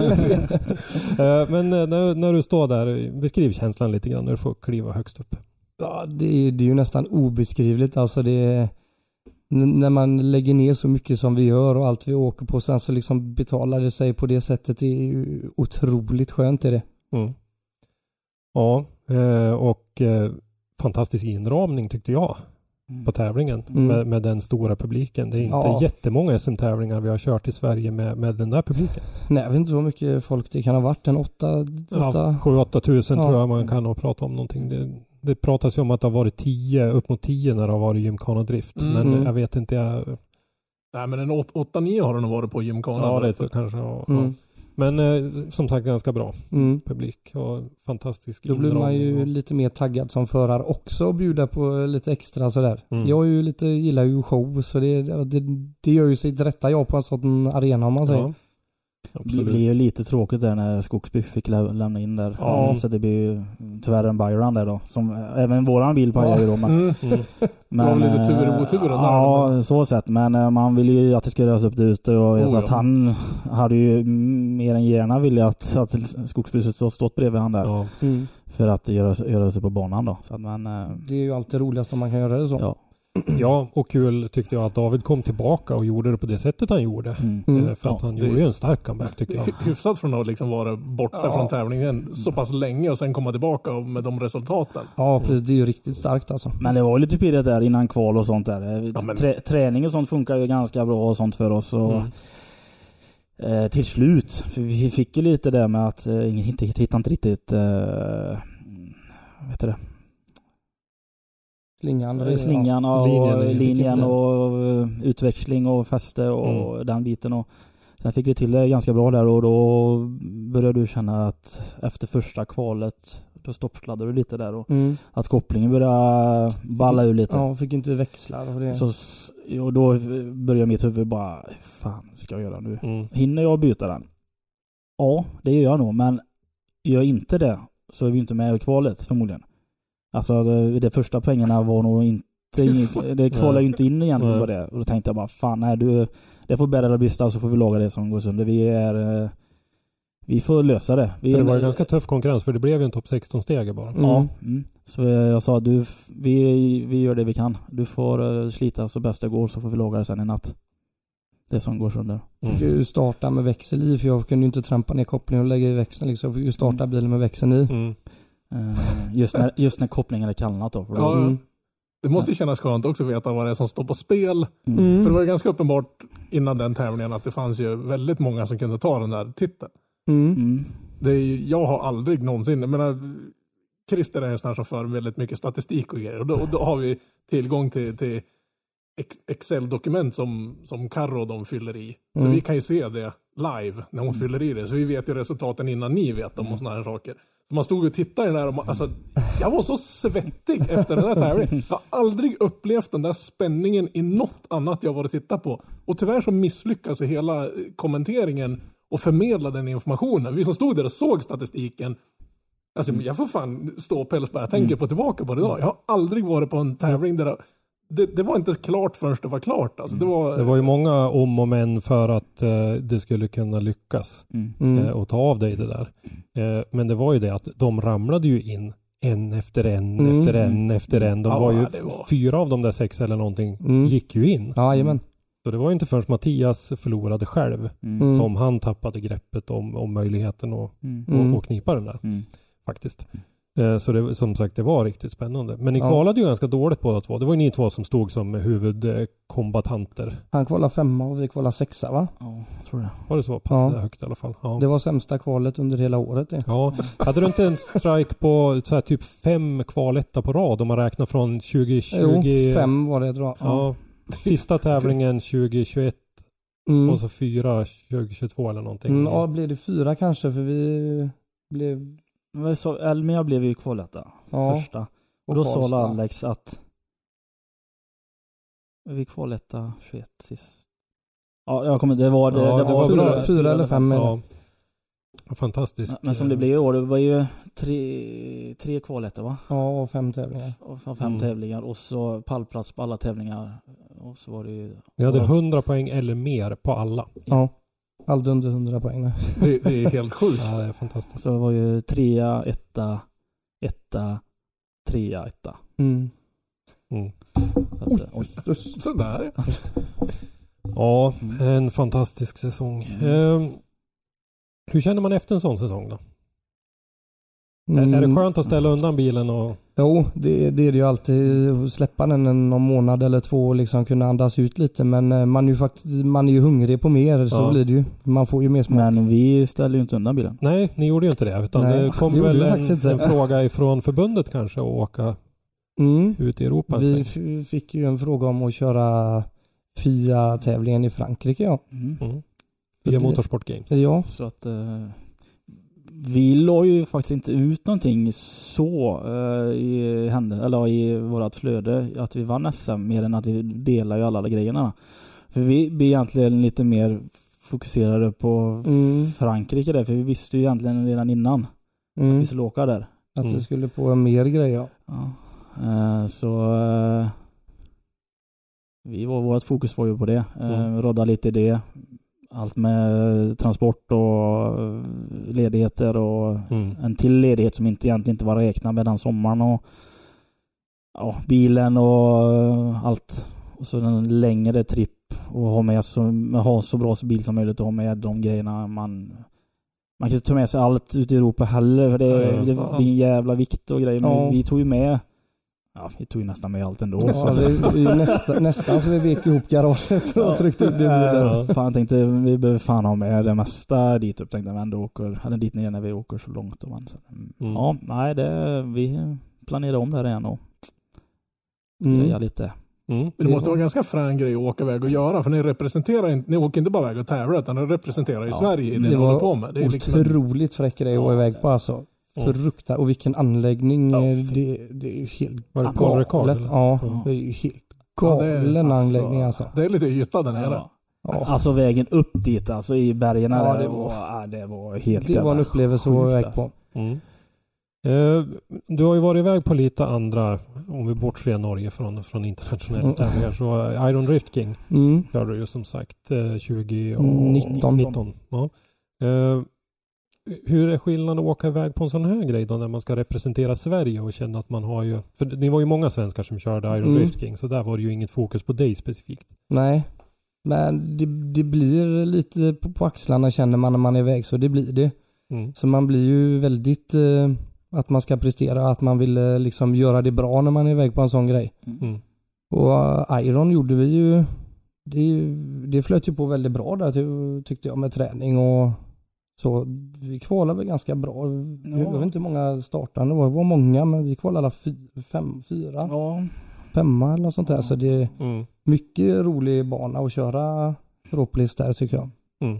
Men när du står där, beskriv känslan lite grann när du får kliva högst upp. Ja, det är ju nästan obeskrivligt. Alltså när man lägger ner så mycket som vi gör och allt vi åker på, sen så liksom betalar det sig på det sättet. Det är ju otroligt skönt är det. Ja, och fantastisk inramning tyckte jag på tävlingen med den stora publiken. Det är inte jättemånga SM-tävlingar vi har kört i Sverige med den där publiken. Nej, jag vet inte hur mycket folk det kan ha varit. 7-8 tusen tror jag man kan nog prata om någonting. Det pratas ju om att det har varit upp mot 10 när det har varit gymkana-drift. Men jag vet inte. Nej, men en 8-9 har det nog varit på gymkana. Ja, det tror jag kanske. Ja. Men som sagt ganska bra publik och fantastisk då blir man ju lite mer taggad som förare också och bjuda på lite extra sådär. Jag är ju gillar ju show så det gör ju sitt rätta jag på en sån arena om man säger. Det blir ju lite tråkigt där när Skogsby fick lämna in där. Så det blir ju tyvärr en byrun där då. Som även våran bil på ju då. Men det var lite tur i oturen där. Ja, så sett. Men man vill ju att det ska röras upp det ute och att han hade ju mer än gärna vilja att Skogsby stått bredvid han där. Ja. För att göra sig på banan då. Så att det är ju alltid roligast om man kan göra det så. Ja. Ja, och kul tyckte jag att David kom tillbaka och gjorde det på det sättet han gjorde. För att han gjorde ju en stark comeback tycker jag. Hyfsat från att liksom vara borta från tävlingen så pass länge och sen komma tillbaka med de resultaten. Ja, precis, det är ju riktigt starkt alltså. Men det var ju lite pirrigt där innan kval och sånt där. Träning och sånt funkar ju ganska bra och sånt för oss. Och till slut, för vi fick ju lite där med att hittade inte riktigt vet du det? Slingan och linjen och utväxling och fäste och den biten. Och sen fick vi till det ganska bra där och då började du känna att efter första kvalet då stoppsladdade du lite där och att kopplingen började balla ur lite. Ja, fick inte växla. Och då började mitt huvud bara, fan ska jag göra nu? Hinner jag byta den? Ja, det gör jag nog, men gör inte det så är vi inte med i kvalet förmodligen. Alltså de första pengarna var nog inte det kvalar ju inte in egentligen på det. Och då tänkte jag bara, fan nej det får bära eller brista så får vi laga det som går sönder. Vi får lösa det. Det var en ganska tuff konkurrens för det blev ju en topp 16 steg bara. Ja, så jag sa vi gör det vi kan. Du får slita så bäst det går så får vi laga det sen i natt. Det som går sönder. Du startar med växel i för jag kunde ju inte trampa ner kopplingen och lägga i växeln liksom. För jag startar bilen med växeln i. Just när kopplingen är kallnat då. Det måste ju kännas skönt också att veta vad det är som står på spel. För det var ju ganska uppenbart innan den tävlingen att det fanns ju väldigt många som kunde ta den där titeln. Det är ju, jag har aldrig någonsin, jag menar Christer är en sån här som för väldigt mycket statistik och grejer. Och då har vi tillgång till Excel-dokument som Karro de fyller i. Så vi kan ju se det live när hon fyller i det. Så vi vet ju resultaten innan ni vet om och såna här saker. Så man stod och tittade i den där och alltså, jag var så svettig efter den där tävlingen. Jag har aldrig upplevt den där spänningen i något annat jag varit och tittat på. Och tyvärr så misslyckas ju hela kommenteringen och förmedla den informationen. Vi som stod där och såg statistiken. Alltså jag får fan stå och pälsbära. Jag tänker på tillbaka på det idag. Jag har aldrig varit på en tävling där det var inte klart förrän det var klart. Alltså, det var ju många om och men för att det skulle kunna lyckas och ta av dig det där. Men det var ju det att de ramlade ju in en efter en. De var ju 4 av de där 6 eller någonting gick ju in. Jajamän. Så det var ju inte förrän Mattias förlorade själv om han tappade greppet om möjligheten att knipa den där. Faktiskt. Så det, som sagt, det var riktigt spännande. Men ni kvalade ju ganska dåligt båda två. Det var ju ni två som stod som huvudkombatanter. Han kvalade 5 och vi kvalade 6, va? Ja, jag tror det. Var det så pass högt i alla fall? Ja. Det var sämsta kvalet under hela året. Det. Ja, hade du inte en strike på så här, typ 5 kvaletta på rad om man räknar från 2020? Jo, 5 var det, tror jag. Ja, sista tävlingen 2021 och så 4 2022 eller någonting. Ja, blev det 4 kanske, för vi blev... Elmia blev ju kvaletta första. Och då sa Alex att vi kvaletta 21 sist. Ja, jag kommer det var 4 eller 5. Ja. Fantastiskt. Men som det blev i år, det var ju 3 kvaletta, va? Ja, och 5 tävlingar. Och 5 tävlingar och så pallplats på alla tävlingar. Och så var det ju... Vi hade 100 poäng eller mer på alla. Ja. Allt under 100 poäng. Det är helt sjukt. Ja, det är fantastiskt. Så det var ju 3, 1, 3, 1. Sådär. Ja, en fantastisk säsong. Hur känner man efter en sån säsong då? Är det skönt att ställa undan bilen? Jo, det är det ju alltid. Släppa den någon månad eller 2 och liksom kunna andas ut lite. Men man är ju hungrig på mer, så blir det ju. Man får ju mer smak. Men vi ställer ju inte undan bilen. Nej, ni gjorde ju inte det. Utan det kom väl en fråga ifrån förbundet kanske att åka ut i Europa. Vi fick ju en fråga om att köra FIA-tävlingen i Frankrike, FIA Motorsport Games. Ja. Så att... vi la ju faktiskt inte ut någonting så i vårat flöde att vi vann SM, mer än att vi delar ju alla grejerna. För vi blir egentligen lite mer fokuserade på Frankrike där, för vi visste ju egentligen redan innan att vi skulle åka där. Att vi skulle på mer grejer. Vårt fokus var ju på det. Rodda lite i det. Allt med transport och ledigheter och en till ledighet som egentligen inte var räknad med den sommaren och bilen och allt. Och så en längre tripp och ha så bra bil som möjligt och ha med de grejerna man kan inte ta med sig allt ut i Europa heller, för det blir en jävla vikt och grejer. Men vi tog ju med vi tog ju nästan med allt ändå. Ja, nästan så vi vek ihop garaget och tryckte in det vidare. Fan, jag tänkte vi behöver fan ha med det mesta dit upp. Tänkte jag dit ner när vi åker så långt. Och vi planerar om det här igen och greja lite. Det måste vara en ganska frän grej att åka iväg och göra, för ni åker inte bara iväg och tävlar, utan ni representerar i Sverige i det ni håller på med. Det är otroligt fräck grej att åka iväg på alltså. Frukta, och vilken anläggning, det är ju helt galet. Ja, det är ju helt galen anläggning alltså. Det är lite yta där nere. Alltså vägen upp dit, alltså i bergen. Det var helt... Det var en upplevelse att vara iväg på. Du har ju varit iväg på lite andra, om vi bortser Norge från internationella tävlingar, så Iron Drift King körde du ju som sagt 2019. Ja. Hur är skillnaden att åka iväg på en sån här grej då, när man ska representera Sverige och känna att man har ju... För det var ju många svenskar som körde Iron Drift King, så där var det ju inget fokus på dig specifikt. Nej, men det blir lite på axlarna känner man när man är iväg, så det blir det. Så man blir ju väldigt... att man ska prestera, att man vill liksom göra det bra när man är iväg på en sån grej. Och Iron gjorde vi ju... Det flöt ju på väldigt bra där, tyckte jag, med träning och... Så vi kvalade väl ganska bra. Jag vet inte hur många startande det var många, men vi kvalade alla 4. 5 eller något sånt där. Så det är mycket rolig bana att köra Ropolis där, tycker jag.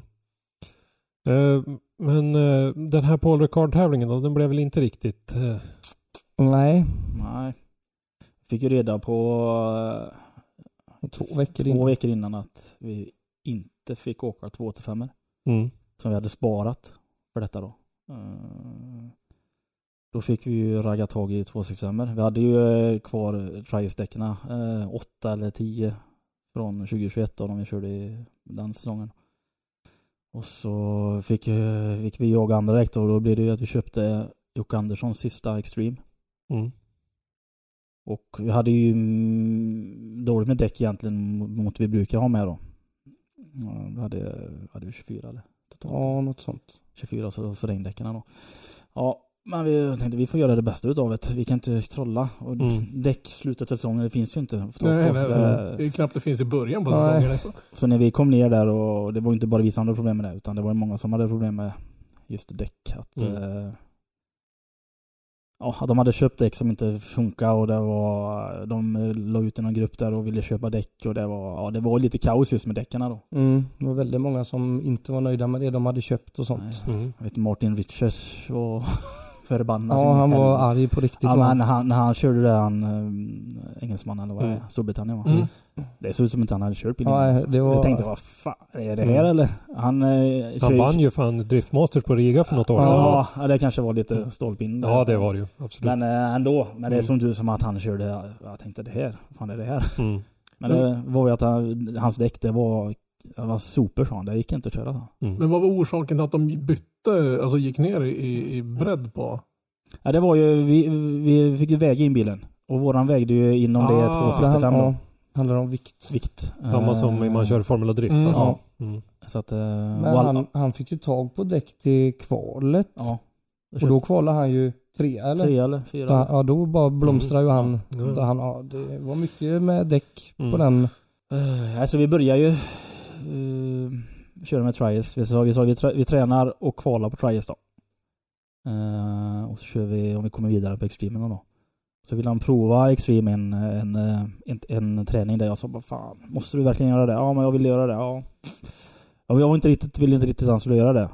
Men den här Paul Ricard-tävlingen då, den blev väl inte riktigt... Nej. Fick ju reda på 2 veckor innan att vi inte fick åka 2-5. Som vi hade sparat för detta då. Då fick vi ju ragga tag i 265. Vi hade ju kvar Trias-däckerna 8 eller 10 från 2021 då, när vi körde i den säsongen. Och så fick vi jaga andra däck då, och då blev det ju att vi köpte Jocke Anderssons sista Extreme. Och vi hade ju dåligt med däck egentligen mot vi brukar ha med då. Vi hade 24 eller? Ja, något sånt. 24 så regndäckarna då. Ja, Men vi tänkte vi får göra det bästa utav det. Vi kan inte trolla. Och däck slutet säsongen, det finns ju inte. Nej, det är knappt det finns i början på säsongen nästan. Så när vi kom ner där, och det var inte bara vi som hade problem med det, utan det var många som hade problem med just däck. Att de hade köpt däck som inte funkar, och de la ut i någon grupp där och ville köpa däck, och det var lite kaos just med däckarna då. Det var väldigt många som inte var nöjda med det de hade köpt och sånt. Jag vet Martin Richards var förbannad. Ja, han var arg på riktigt. Ja, men när han körde det, engelsman eller vad det är, Storbritannien va? Det såg ut som inte han hade kört bilen. Jag tänkte, vad fan är det här eller? Han vann ju fan Driftmasters på Riga för något år sedan. Ja, det kanske var lite stolpin. Ja, det var det ju, absolut. Men ändå, men det är som du som att han körde, jag tänkte det här, fan är det här? Men det var ju att hans däck, det var super, så det gick inte att köra så. Men vad var orsaken till att de bytte, alltså gick ner i bredd på? Ja, det var ju, vi fick ju väga in bilen. Och våran vägde ju inom det 265 då. Handlar om vikt. Samma som man kör Formula Drift alltså. Så att, men han fick ju tag på däck till kvalet. Ja. Och då kvalade han ju 3 eller 4. Ja, då bara blomstrade ju han. Det var mycket med däck på den. Alltså vi börjar ju köra med trials. Vi tränar och kvalar på trials då. Och så kör vi, om vi kommer vidare på Extremen då. Så vill han prova Extreme en träning där jag sa bara, fan, måste du verkligen göra det? Ja, men jag vill göra det. Ja. Jag vill inte riktigt han skulle göra det.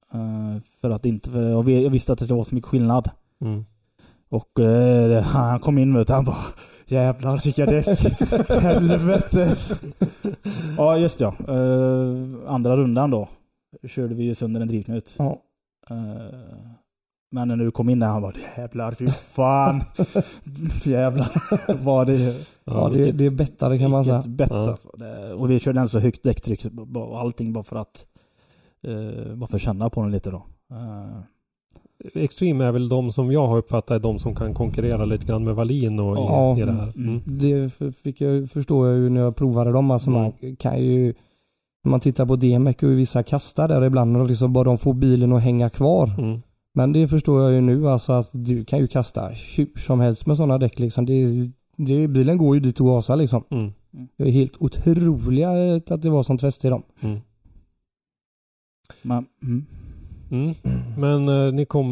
Jag visste att det skulle vara så mycket skillnad. Och han kom in med han bara, jävlar fick jag däck. Helvete. Ja, just ja. Andra rundan då körde vi ju sönder en drivknut. Ja. Men när du kom in där, han bara, jävlar, fy fan. Jävlar. Var det... Ja, det är bättre kan man säga. Bättre. Och vi körde en så högt däcktryck och allting bara för att känna på den lite då. Extreme är väl de som jag har uppfattat är de som kan konkurrera lite grann med Wallin och i det här. Det förstår jag ju när jag provade dem. Alltså man kan ju, när man tittar på DMEC och vissa kastar där ibland och liksom bara de får bilen att hänga kvar. Men det förstår jag ju nu, alltså att du kan ju kasta hur som helst med sådana däck liksom. Bilen går ju dit och gasar liksom. Det är helt otroliga att det var sånt fäste i dem. Men ni kom...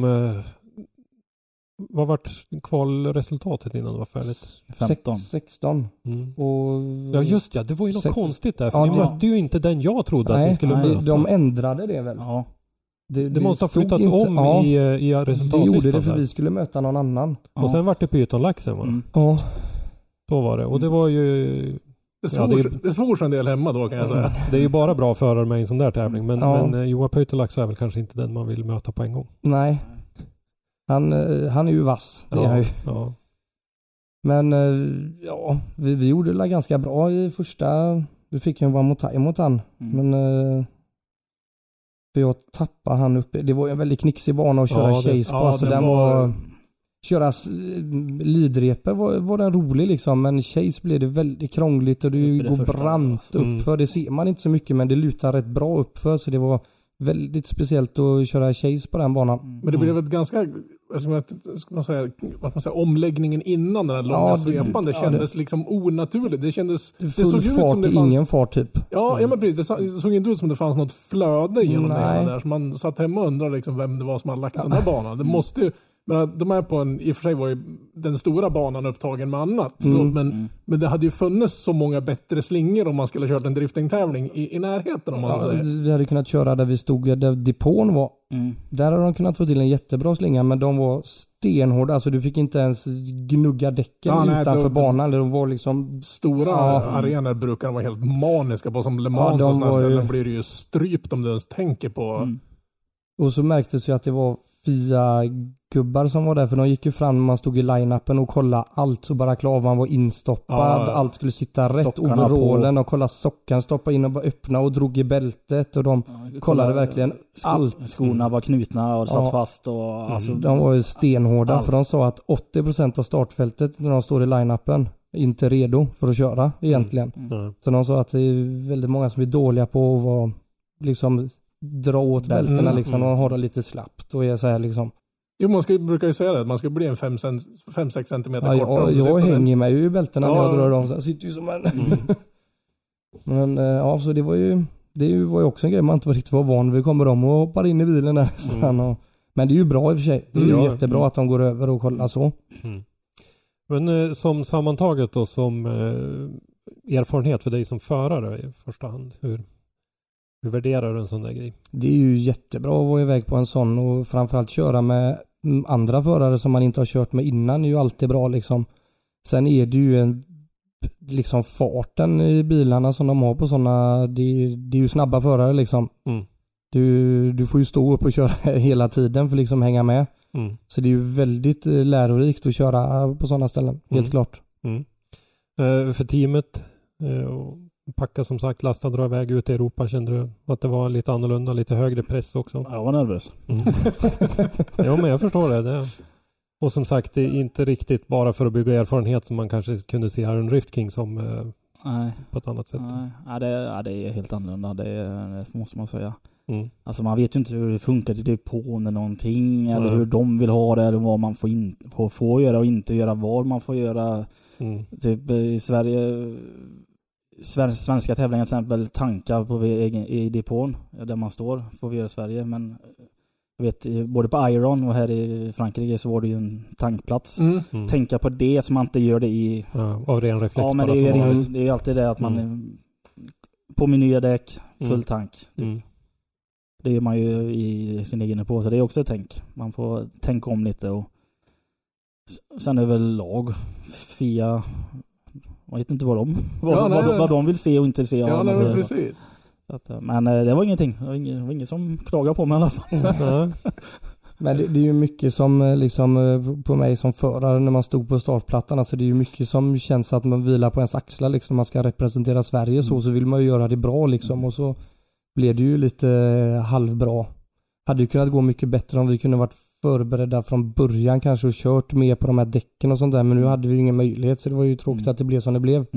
vad vart kvalresultatet innan det var färdigt? 16. Och ja just det var ju något konstigt där. För ni mötte ju inte den jag trodde att ni skulle möta. De ändrade det väl? Ja. Det måste ha flyttats om i resultatlistan. Det gjorde det för vi skulle möta någon annan. Och sen vart det Python-laxen va? Ja. Så var det. Och det var ju... Det svors en del hemma då kan jag säga. Det är ju bara bra förare med en sån där tävling. Men Johan Python-lax är väl kanske inte den man vill möta på en gång. Nej. Han är ju vass. Det är han ju. Ja. Men vi gjorde det ganska bra i första. Vi fick ju en one mot han. Men för jag tappade han uppe. Det var ju en väldigt knixig bana att köra chase på. Alltså den var... Köra lidreper var den rolig liksom. Men chase blev det väldigt krångligt. Och det går brant uppför. Det ser man inte så mycket. Men det lutar rätt bra uppför. Så det var väldigt speciellt att köra chase på den banan. Men det blev ett ganska, ska man säga, omläggningen innan den här långa svepan. Det kändes liksom onaturligt. Det kändes... Det såg ut som det fanns... ingen fart typ. Ja, men precis. Det såg inte ut som det fanns något flöde genom det där. Så man satt hemma och undrade liksom vem det var som hade lagt den där banan. Det måste ju... Men de är på i och för sig var ju den stora banan upptagen med annat. Men det hade ju funnits så många bättre slingor om man skulle ha kört en driftingtävling i närheten om man säger. Vi hade kunnat köra där vi stod, där depån var. Där hade de kunnat få till en jättebra slinga, men de var stenhårda. Alltså du fick inte ens gnugga däcken utanför banan. De var liksom... Stora arenor brukar vara helt maniska på, som Le Mans och sådana ställen blir det ju strypt om du ens tänker på. Och så märktes ju att det var FIA-gubbar som var där, för de gick ju fram när man stod i line-upen och kollade allt, så bara klavan var instoppad, allt skulle sitta rätt, overallen och kolla sockan, stoppa in och bara öppna och drog i bältet och de kollade verkligen allt. Skorna var knutna och satt fast och alltså, de var ju stenhårda för de sa att 80% av startfältet när de står i line-upen är inte redo för att köra egentligen. Så de sa att det är väldigt många som är dåliga på att vara liksom dra åt bälterna liksom och ha det lite slappt och är så här liksom. Jo, brukar ju säga det. Man ska bli en 5-6 centimeter kortare. Jag hänger mig ju i bältena när jag drar dem. Så jag sitter ju som en... Men ja, så det var ju också en grej man inte riktigt var van vid. Kommer de och hoppar in i bilen där nästan. Men det är ju bra i och för sig. Det är ju jättebra att de går över och kollar så. Men som sammantaget då, som erfarenhet för dig som förare i första hand, hur värderar du en sån där grej? Det är ju jättebra att vara iväg på en sån, och framförallt köra med andra förare som man inte har kört med innan är ju alltid bra liksom. Sen är det ju liksom farten i bilarna som de har på sådana, det är ju snabba förare liksom. Du får ju stå upp och köra hela tiden för liksom hänga med. Så det är ju väldigt lärorikt att köra på sådana ställen, helt klart. För teamet packa som sagt, lasta, dra iväg ut i Europa, kände du att det var lite annorlunda, lite högre press också? Jag var nervös. Ja, men jag förstår det. Och som sagt, det är inte riktigt bara för att bygga erfarenhet som man kanske kunde se här en Rift King som på ett annat sätt. Nej, det är helt annorlunda, det måste man säga. Alltså man vet ju inte hur det funkar i depån eller någonting, eller hur de vill ha det, eller vad man får göra och inte göra, vad man får göra. Typ i Sverige, svenska tävlingar till exempel, tankar på i depån där man står får vi göra i Sverige, men jag vet både på Iron och här i Frankrike så var det ju en tankplats. Tänka på det som man inte gör det i av ren reflex. Ja, men det är ju alltid det att man på min nya däck full tank typ. Det gör man ju i sin egen på, så det är också ett tänk. Man får tänka om lite, och sen överlag FIA, jag vet inte vad de vill se och inte se. Ja, nej, precis. Så att, men det var ingenting. Det var ingen som klagade på mig i alla fall. Men det är ju mycket som liksom på mig som förare när man stod på startplattan. Alltså det är ju mycket som känns att man vilar på ens axlar liksom. Man ska representera Sverige så vill man ju göra det bra liksom. Och så blev det ju lite halvbra. Hade ju kunnat gå mycket bättre om vi kunde varit förberedda från början kanske och kört mer på de här däcken och sånt där. Men nu hade vi ju ingen möjlighet, så det var ju tråkigt att det blev som det blev.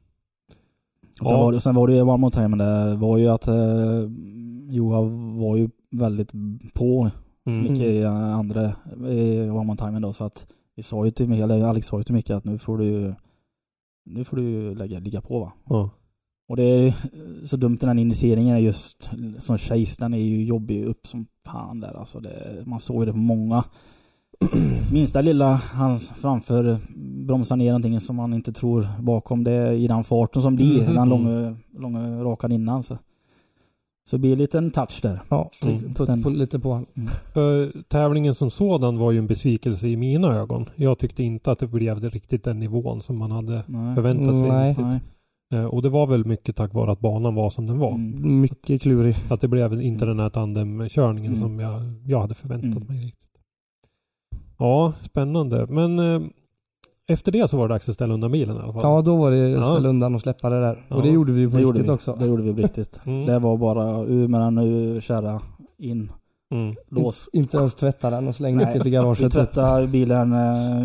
Sen var det ju One More Time, men det var ju att Johan var ju väldigt på mycket i andra One More Time då, så att vi sa ju till mig, eller Alex sa ju till mycket att nu får du ligga på, va? Och det är så dumt, den här initieringen är just som Chase, den är ju jobbig upp som fan där, alltså man såg ju det på många. Minsta lilla hans framför bromsar ner någonting som man inte tror bakom det i den farten som blir den långa rakan innan, så det blir en liten touch där. Ja, lite på han. Tävlingen som sådan var ju en besvikelse i mina ögon. Jag tyckte inte att det blev riktigt den nivån som man hade förväntat sig. Nej. Och det var väl mycket tack vare att banan var som den var. Mycket klurig. Att det blev inte den här tandemkörningen som jag hade förväntat mig riktigt. Ja, spännande. Men efter det så var det dags att ställa undan bilen i alla fall. Ja, då var det ställa undan och släppa det där. Och det gjorde vi på riktigt också. Det gjorde vi på riktigt. Det var bara nu köra in. Lås. Inte ens tvätta den och slänga upp lite i garaget. Vi tvättade bilen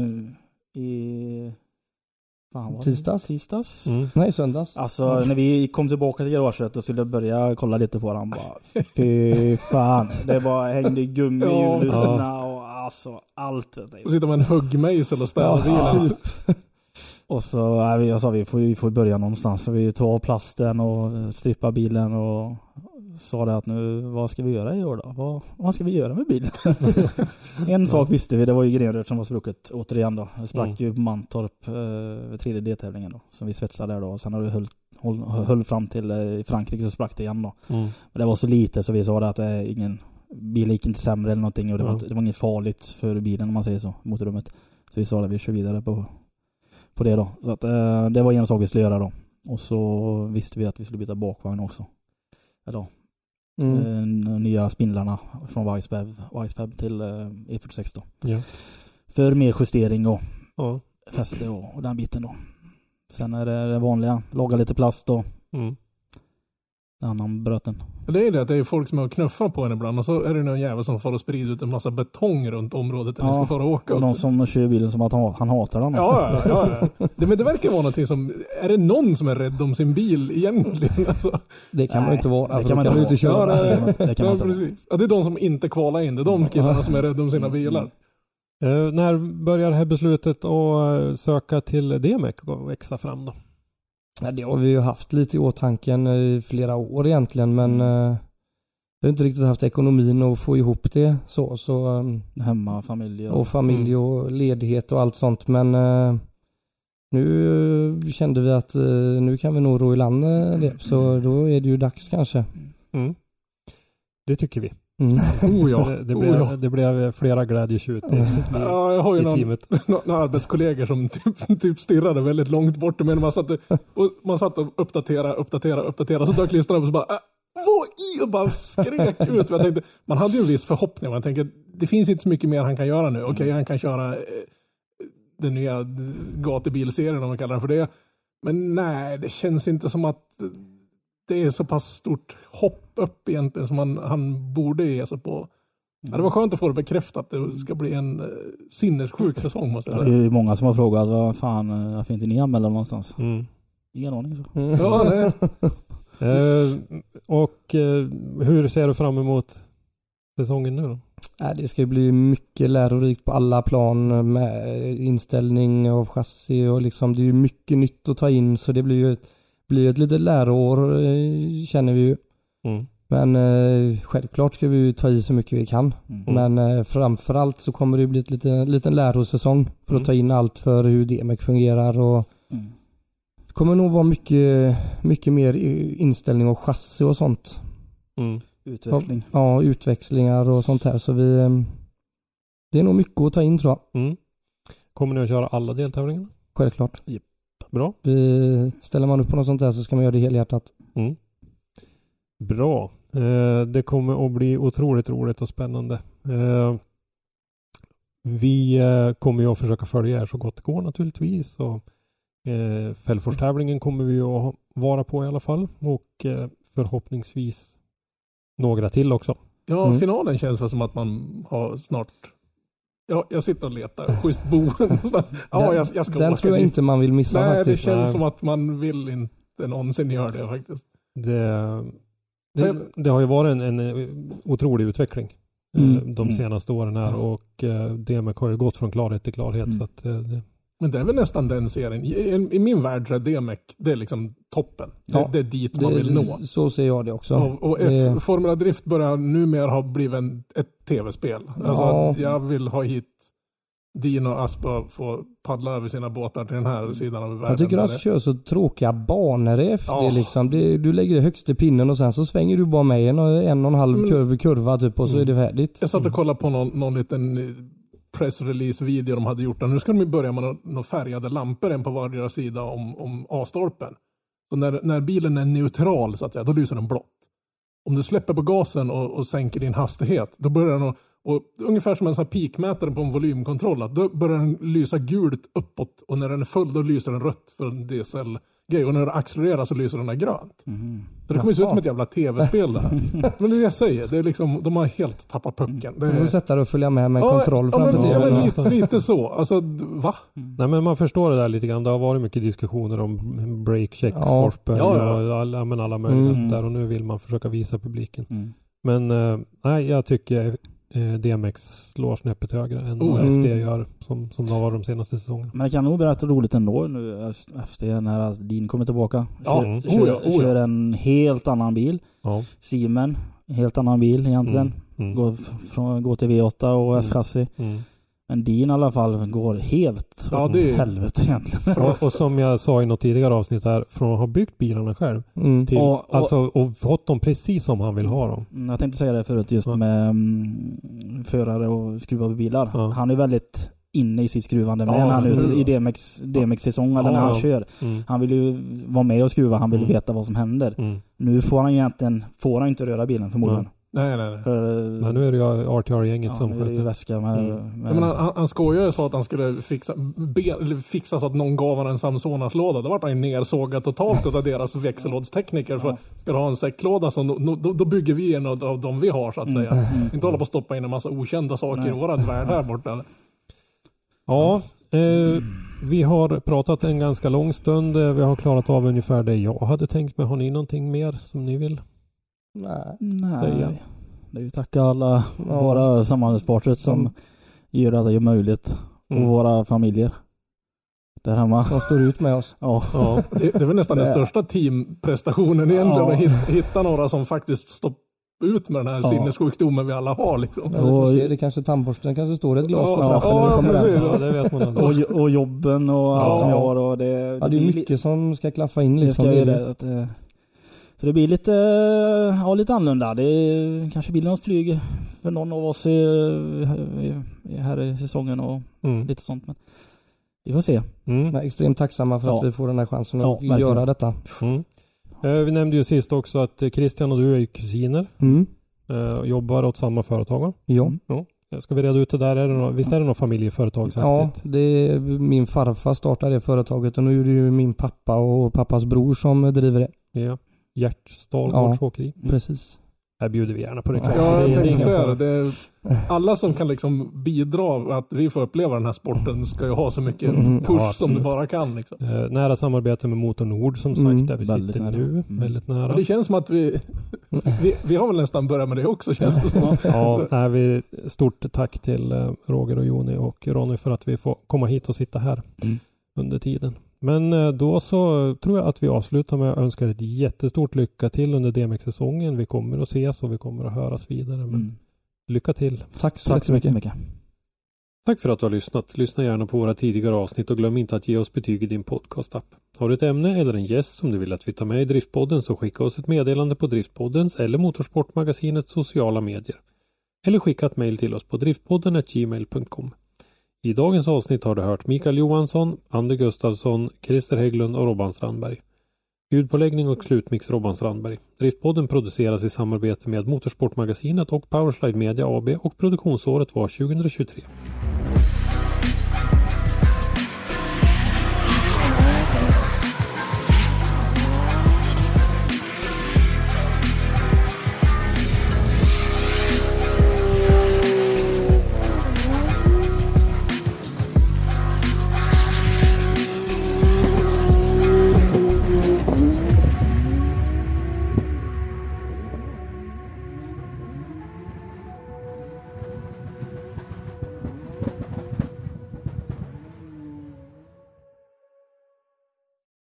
i tisdags. Nej, söndags. Alltså när vi kom tillbaka till garaget och skulle börja kolla lite på den, bara fy fan. Det bara hängde gummi i hjulusarna och alltså allt. Och sitter med en huggmejsel och ställer bilen. Och så jag sa vi får börja någonstans, så vi tog av plasten och strippa bilen och sa det att nu, vad ska vi göra i år då? Vad ska vi göra med bilen? En sak visste vi, det var ju grenröret som var sprucket återigen då. Det sprack ju på Mantorp 3D-tävlingen då, som vi svetsade där då. Och sen har det höll fram till i Frankrike, så sprack det igen då. Men det var så lite så vi sa det att ingen bil gick inte sämre eller någonting, och det var inget farligt för bilen om man säger så, motorrummet. Så vi sa att vi kör vidare på det då. Så att det var en sak vi skulle göra då. Och så visste vi att vi skulle byta bakvagn också. Eller nya spindlarna från Wisefab till E46 då. Ja. För mer justering och fäste och den biten då. Sen är det vanliga, laga lite plast och annan bröten. Det är det att det är folk som har knuffat på en ibland, och så är det någon jävel som får sprida ut en massa betong runt området där ni ska få åka. Och någon som kör bilen som att han hatar den. Ja. Men det verkar vara någonting som, är det någon som är rädd om sin bil egentligen? Alltså. Det kan man ju inte vara. Det kan man inte köra. Det kan man inte. Precis. Ja, det är de som inte kvalar in, det är de killarna som är rädda om sina bilar. När börjar det här beslutet att söka till DMEC och växa fram då? Ja, det har vi ju haft lite i åtanken i flera år egentligen, men vi har inte riktigt haft ekonomin att få ihop det så hemma, familj och familj och ledighet och allt sånt, men nu kände vi att nu kan vi nog ro i land det, så då är det ju dags kanske. Det tycker vi. Det blev flera glädjetjut jag har ju i teamet. några arbetskollegor som typ stirrade väldigt långt bort, men man satt och uppdaterade, så då klistrade upp och så bara och bara skrek ut. Jag tänkte, man hade ju en viss förhoppning. Man tänker, det finns inte så mycket mer han kan göra nu. Okej, han kan köra den nya gatubilserien, om man kallar den för det. Men nej, det känns inte som att det är så pass stort hopp upp egentligen som han borde ge sig på. Ja, det var skönt att få det bekräftat. Det ska bli en sinnessjuk säsong, måste jag säga. Det är många som har frågat, vad fan, varför inte ni anmäler någonstans? Ingen aning så. Ja, nej. Hur ser du fram emot säsongen nu då? Det ska bli mycket lärorikt på alla plan med inställning av chassi och liksom, det är ju mycket nytt att ta in, så det blir ett litet läroår, känner vi ju. Men självklart ska vi ta i så mycket vi kan. Men framförallt så kommer det bli ett liten lärosäsong för att ta in allt för hur DMEC fungerar, och det kommer nog vara mycket mer inställning och chassi och sånt. Utveckling. Ja, utväxlingar och sånt här, så det är nog mycket att ta in, tror jag. Kommer ni att köra alla deltävlingarna? Självklart. Yep. Bra. Ställer man upp på något sånt där så ska man göra det helhjärtat. Bra. Det kommer att bli otroligt roligt och spännande. Vi kommer ju att försöka följa er så gott det går naturligtvis. Och Fällforstävlingen kommer vi att vara på i alla fall. Och förhoppningsvis några till också. Ja, finalen känns väl som att man har snart... Ja, jag sitter och letar. Schysst boen. Jag ska den åka tror jag dit. Inte man vill missa. Nej, faktiskt. det känns som att man vill inte någonsin göra det faktiskt. Det har ju varit en otrolig utveckling de senaste åren här, och DMEC har ju gått från klarhet till klarhet. Så att, Men det är väl nästan den serien. I min värld är DMEC, det är liksom toppen. Det är dit man vill nå. Så ser jag det också. Och Formula Drift börjar numera ha blivit ett tv-spel. Alltså jag vill ha hit Dino och Aspa få paddla över sina båtar till den här sidan av världen. Jag tycker att kör så tråkiga banor efter det liksom. Du lägger det högst i pinnen och sen så svänger du bara med en och en halv kurva typ, och så är det färdigt. Jag satt och kollade på någon liten pressrelease-video de hade gjort. Nu ska de börja med några färgade lampor, en på vardera sida om A-stolpen. Så när bilen är neutral, så att säga, då lyser den blått. Om du släpper på gasen och sänker din hastighet, då börjar den och ungefär som en sån här peakmätare på en volymkontroll, att då börjar den lysa gult uppåt, och när den är full då lyser den rött för en dieselgrej, och när den accelererar så lyser den grönt. Så det kommer se ut som ett jävla tv-spel det här. Men det jag säger, det är liksom, de har helt tappat pucken. Du får sätta dig och följa med kontroll framför det. Lite så. Alltså, va? Nej, men man förstår det där lite grann. Det har varit mycket diskussioner om break-check, forsböj och alla möjliga sånt där, och nu vill man försöka visa publiken. Men nej, jag tycker DMEC slår snäppet högre än vad FD gör som de har varit de senaste säsongerna. Men det kan nog berätta roligt ändå nu efter när Dean kommer tillbaka. Kör en helt annan bil. Siemens, en helt annan bil egentligen. Går till V8 och S-chassi. Men Dean i alla fall går helt åt helvete egentligen. Och som jag sa i något tidigare avsnitt här, från att ha byggt bilarna själv till, och fått dem precis som han vill ha dem. Jag tänkte säga det förut just med förare och skruva på bilar. Han är väldigt inne i sitt skruvande med när han är ute i DMEC-säsong eller när han kör. Han vill ju vara med och skruva, han vill veta vad som händer. Nu får han inte röra bilen förmodligen. Nej. Men nu är det ju RTR-gänget som sköter. Det är väska med... Han skojade så att han skulle fixa så att någon gav han en Samsonas-låda. Då var han ju nersågad totalt av deras växellådstekniker. För ska du ha en säcklåda så då bygger vi en av dem vi har, så att säga. Inte hålla på att stoppa in en massa okända saker i våran värld här borta. Ja, vi har pratat en ganska lång stund. Vi har klarat av ungefär det jag hade tänkt mig. Har ni någonting mer som ni vill? Nej. Det är ju tacka alla våra samarbetspartner som gör det här möjligt. Och våra familjer där hemma. De står ut med oss. Ja. Det är väl nästan den största teamprestationen egentligen att hitta några som faktiskt står ut med den här sinnessjukdomen vi alla har liksom. Det kanske tandborsten kanske står ett glas på trappan. Ja, det vet man aldrig. Och jobben och allt som jag har. Och det är mycket som ska klaffa in liksom. Så det blir lite annorlunda. Det kanske blir något flyg för någon av oss här i säsongen och lite sånt. Men vi får se. Jag är extremt tacksamma för att vi får den här chansen att göra detta. Vi nämnde ju sist också att Christian och du är kusiner. Jobbar åt samma företag. Ja. Ska vi reda ut det där? Visst är det något familjeföretag? Ja, min farfar startade det företaget och nu är det ju min pappa och pappas bror som driver det. Ja. Gert Stalgårds åkeri. Precis. Här bjuder vi gärna på reklam. Ja, jag tänkte säga det. Alla som kan liksom bidra att vi får uppleva den här sporten ska ju ha så mycket push som det bara kan. Liksom. Nära samarbete med Motor Nord som sagt, där vi sitter nu. Väldigt nära. Och det känns som att vi har väl nästan börjat med det också, känns det som. Stort tack till Roger och Joni och Ronny för att vi får komma hit och sitta här under tiden. Men då så tror jag att vi avslutar med att önska ett jättestort lycka till under DMX-säsongen. Vi kommer att ses och vi kommer att höras vidare. Men lycka till. Tack så mycket. Tack för att du har lyssnat. Lyssna gärna på våra tidigare avsnitt och glöm inte att ge oss betyg i din podcast-app. Har du ett ämne eller en gäst som du vill att vi tar med i Driftpodden så skicka oss ett meddelande på Driftpoddens eller Motorsportmagasinets sociala medier. Eller skicka ett mejl till oss på driftpodden@gmail.com. I dagens avsnitt har du hört Mikael Johansson, Ander Gustafsson, Christer Hägglund och Robban Strandberg. Ljudpåläggning och slutmix Robban Strandberg. Driftpodden produceras i samarbete med Motorsportmagasinet och Powerslide Media AB och produktionsåret var 2023.